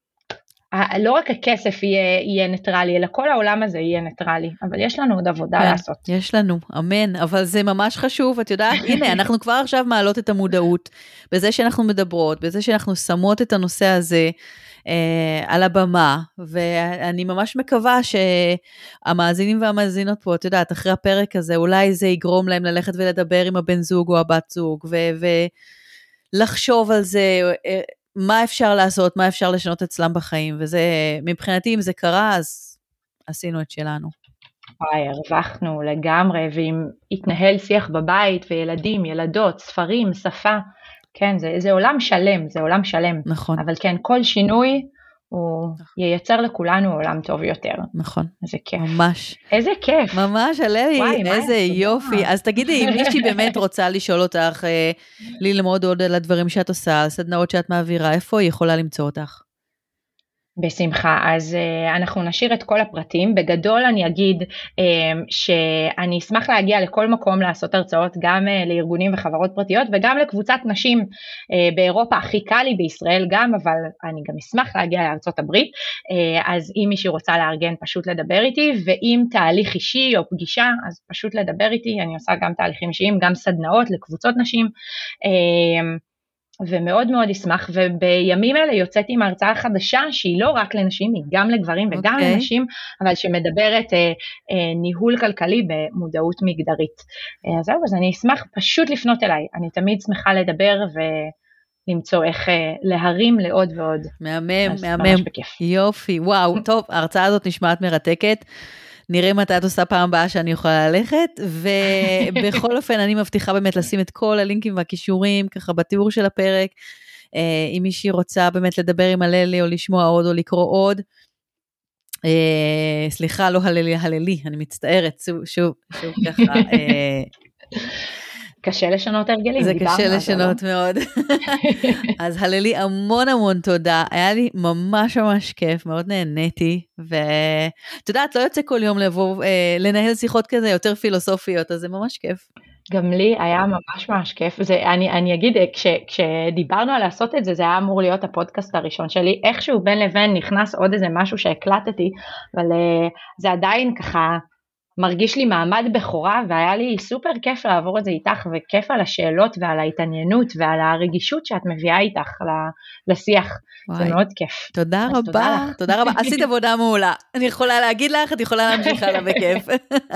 לא רק הכסף יהיה, יהיה ניטרלי, אלא כל העולם הזה יהיה ניטרלי, אבל יש לנו עוד עבודה כן, לעשות. יש לנו, אמן, אבל זה ממש חשוב, את יודעת, הנה, אנחנו כבר עכשיו מעלות את המודעות, בזה שאנחנו מדברות, בזה שאנחנו שמות את הנושא הזה אה, על הבמה, ואני ממש מקווה שהמאזינים והמאזינות פה, את יודעת, אחרי הפרק הזה, אולי זה יגרום להם ללכת ולדבר עם הבן זוג או הבת זוג, ולחשוב על זה, מה אפשר לעשות, מה אפשר לשנות אצלם בחיים, וזה, מבחינתי, אם זה קרה, אז עשינו את שלנו. וואי, הרווחנו לגמרי, ואם התנהל שיח בבית, וילדים, ילדות, ספרים, שפה, כן, זה, זה עולם שלם, זה עולם שלם. נכון. אבל כן, כל שינוי, הוא ייצר לכולנו עולם טוב יותר. נכון. איזה כיף. ממש. איזה כיף. ממש, הלוי, איזה יופי. אז תגידי, אם מישהי באמת רוצה לשאול אותך, אה, ללמוד עוד על הדברים שאת עושה, על סדנאות שאת מעבירה, איפה היא יכולה למצוא אותך? בשמחה, אז uh, אנחנו נשאיר את כל הפרטים, בגדול אני אגיד uh, שאני אשמח להגיע לכל מקום לעשות הרצאות, גם uh, לארגונים וחברות פרטיות, וגם לקבוצת נשים uh, באירופה, הכי קל לי בישראל גם, אבל אני גם אשמח להגיע לארצות הברית, uh, אז אם מישהי רוצה לארגן פשוט לדבר איתי, ואם תהליך אישי או פגישה, אז פשוט לדבר איתי, אני עושה גם תהליכים אישיים, גם סדנאות לקבוצות נשים, uh, ומאוד מאוד אשמח, ובימים אלה יוצאת עם הרצאה חדשה, שהיא לא רק לנשים, היא גם לגברים וגם okay. לנשים, אבל שמדברת אה, אה, ניהול כלכלי במודעות מגדרית. אה, אז זהו, אז אני אשמח פשוט לפנות אליי, אני תמיד שמחה לדבר ולמצוא איך אה, להרים לעוד ועוד. מהמם, מהמם, יופי, וואו, טוב, ההרצאה הזאת נשמעת מרתקת, נראה מתי את עושה פעם הבאה שאני יכולה ללכת, ובכל אופן אני מבטיחה באמת לשים את כל הלינקים והקישורים ככה בתיאור של הפרק, אם מישהי רוצה באמת לדבר עם הללי או לשמוע עוד או לקרוא עוד, סליחה, לא הללי, הללי, אני מצטערת, שוב, שוב, שוב ככה. קשה לשנות הרגלים. זה קשה לשנות מאוד. אז הללי, המון המון תודה, היה לי ממש ממש כיף, מאוד נהניתי, ואת יודעת, לא יוצא כל יום לבוא, לנהל שיחות כזה יותר פילוסופיות, אז זה ממש כיף. גם לי היה ממש ממש כיף, זה, אני, אני אגיד, כש, כשדיברנו על לעשות את זה, זה היה אמור להיות הפודקאסט הראשון שלי, איכשהו בין לבין נכנס עוד איזה משהו שהקלטתי, אבל זה עדיין ככה מרגיש לי מעמד בכורה, והיה לי סופר כיף לעבור את זה איתך, וכיף על השאלות ועל ההתעניינות ועל הרגישות שאת מביאה איתך לשיח, וואי. זה מאוד כיף. תודה רבה, תודה, תודה רבה, עשית עבודה מעולה, אני יכולה להגיד לך, את יכולה להמשיך הלאה בכיף.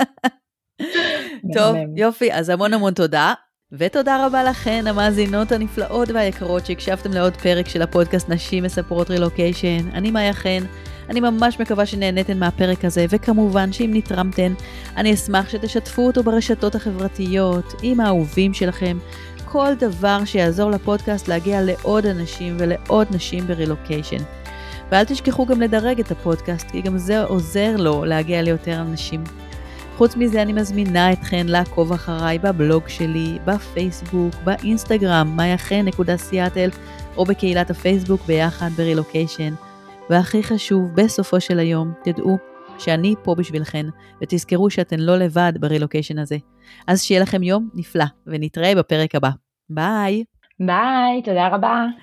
טוב, יופי, אז המון המון תודה, ותודה רבה לכן, המאזינות הנפלאות והיקרות שהקשבתם לעוד פרק של הפודקאסט נשים מספרות רילוקיישן. אני מאיה חן, אני ממש מקווה שנהנתן מהפרק הזה, וכמובן שאם נתרמתן, אני אשמח שתשתפו אותו ברשתות החברתיות, עם האהובים שלכם, כל דבר שיעזור לפודקאסט להגיע לעוד אנשים ולעוד נשים ברילוקיישן. ואל תשכחו גם לדרג את הפודקאסט, כי גם זה עוזר לו להגיע ליותר אנשים. חוץ מזה אני מזמינה אתכן לעקוב אחריי בבלוג שלי, בפייסבוק, באינסטגרם, מאיה חן נקודה סיאטל, או בקהילת הפייסבוק ביחד ברילוקיישן. והכי חשוב, בסופו של היום, תדעו שאני פה בשבילכן, ותזכרו שאתן לא לבד ברילוקיישן הזה. אז שיהיה לכם יום נפלא, ונתראה בפרק הבא. ביי! ביי, תודה רבה.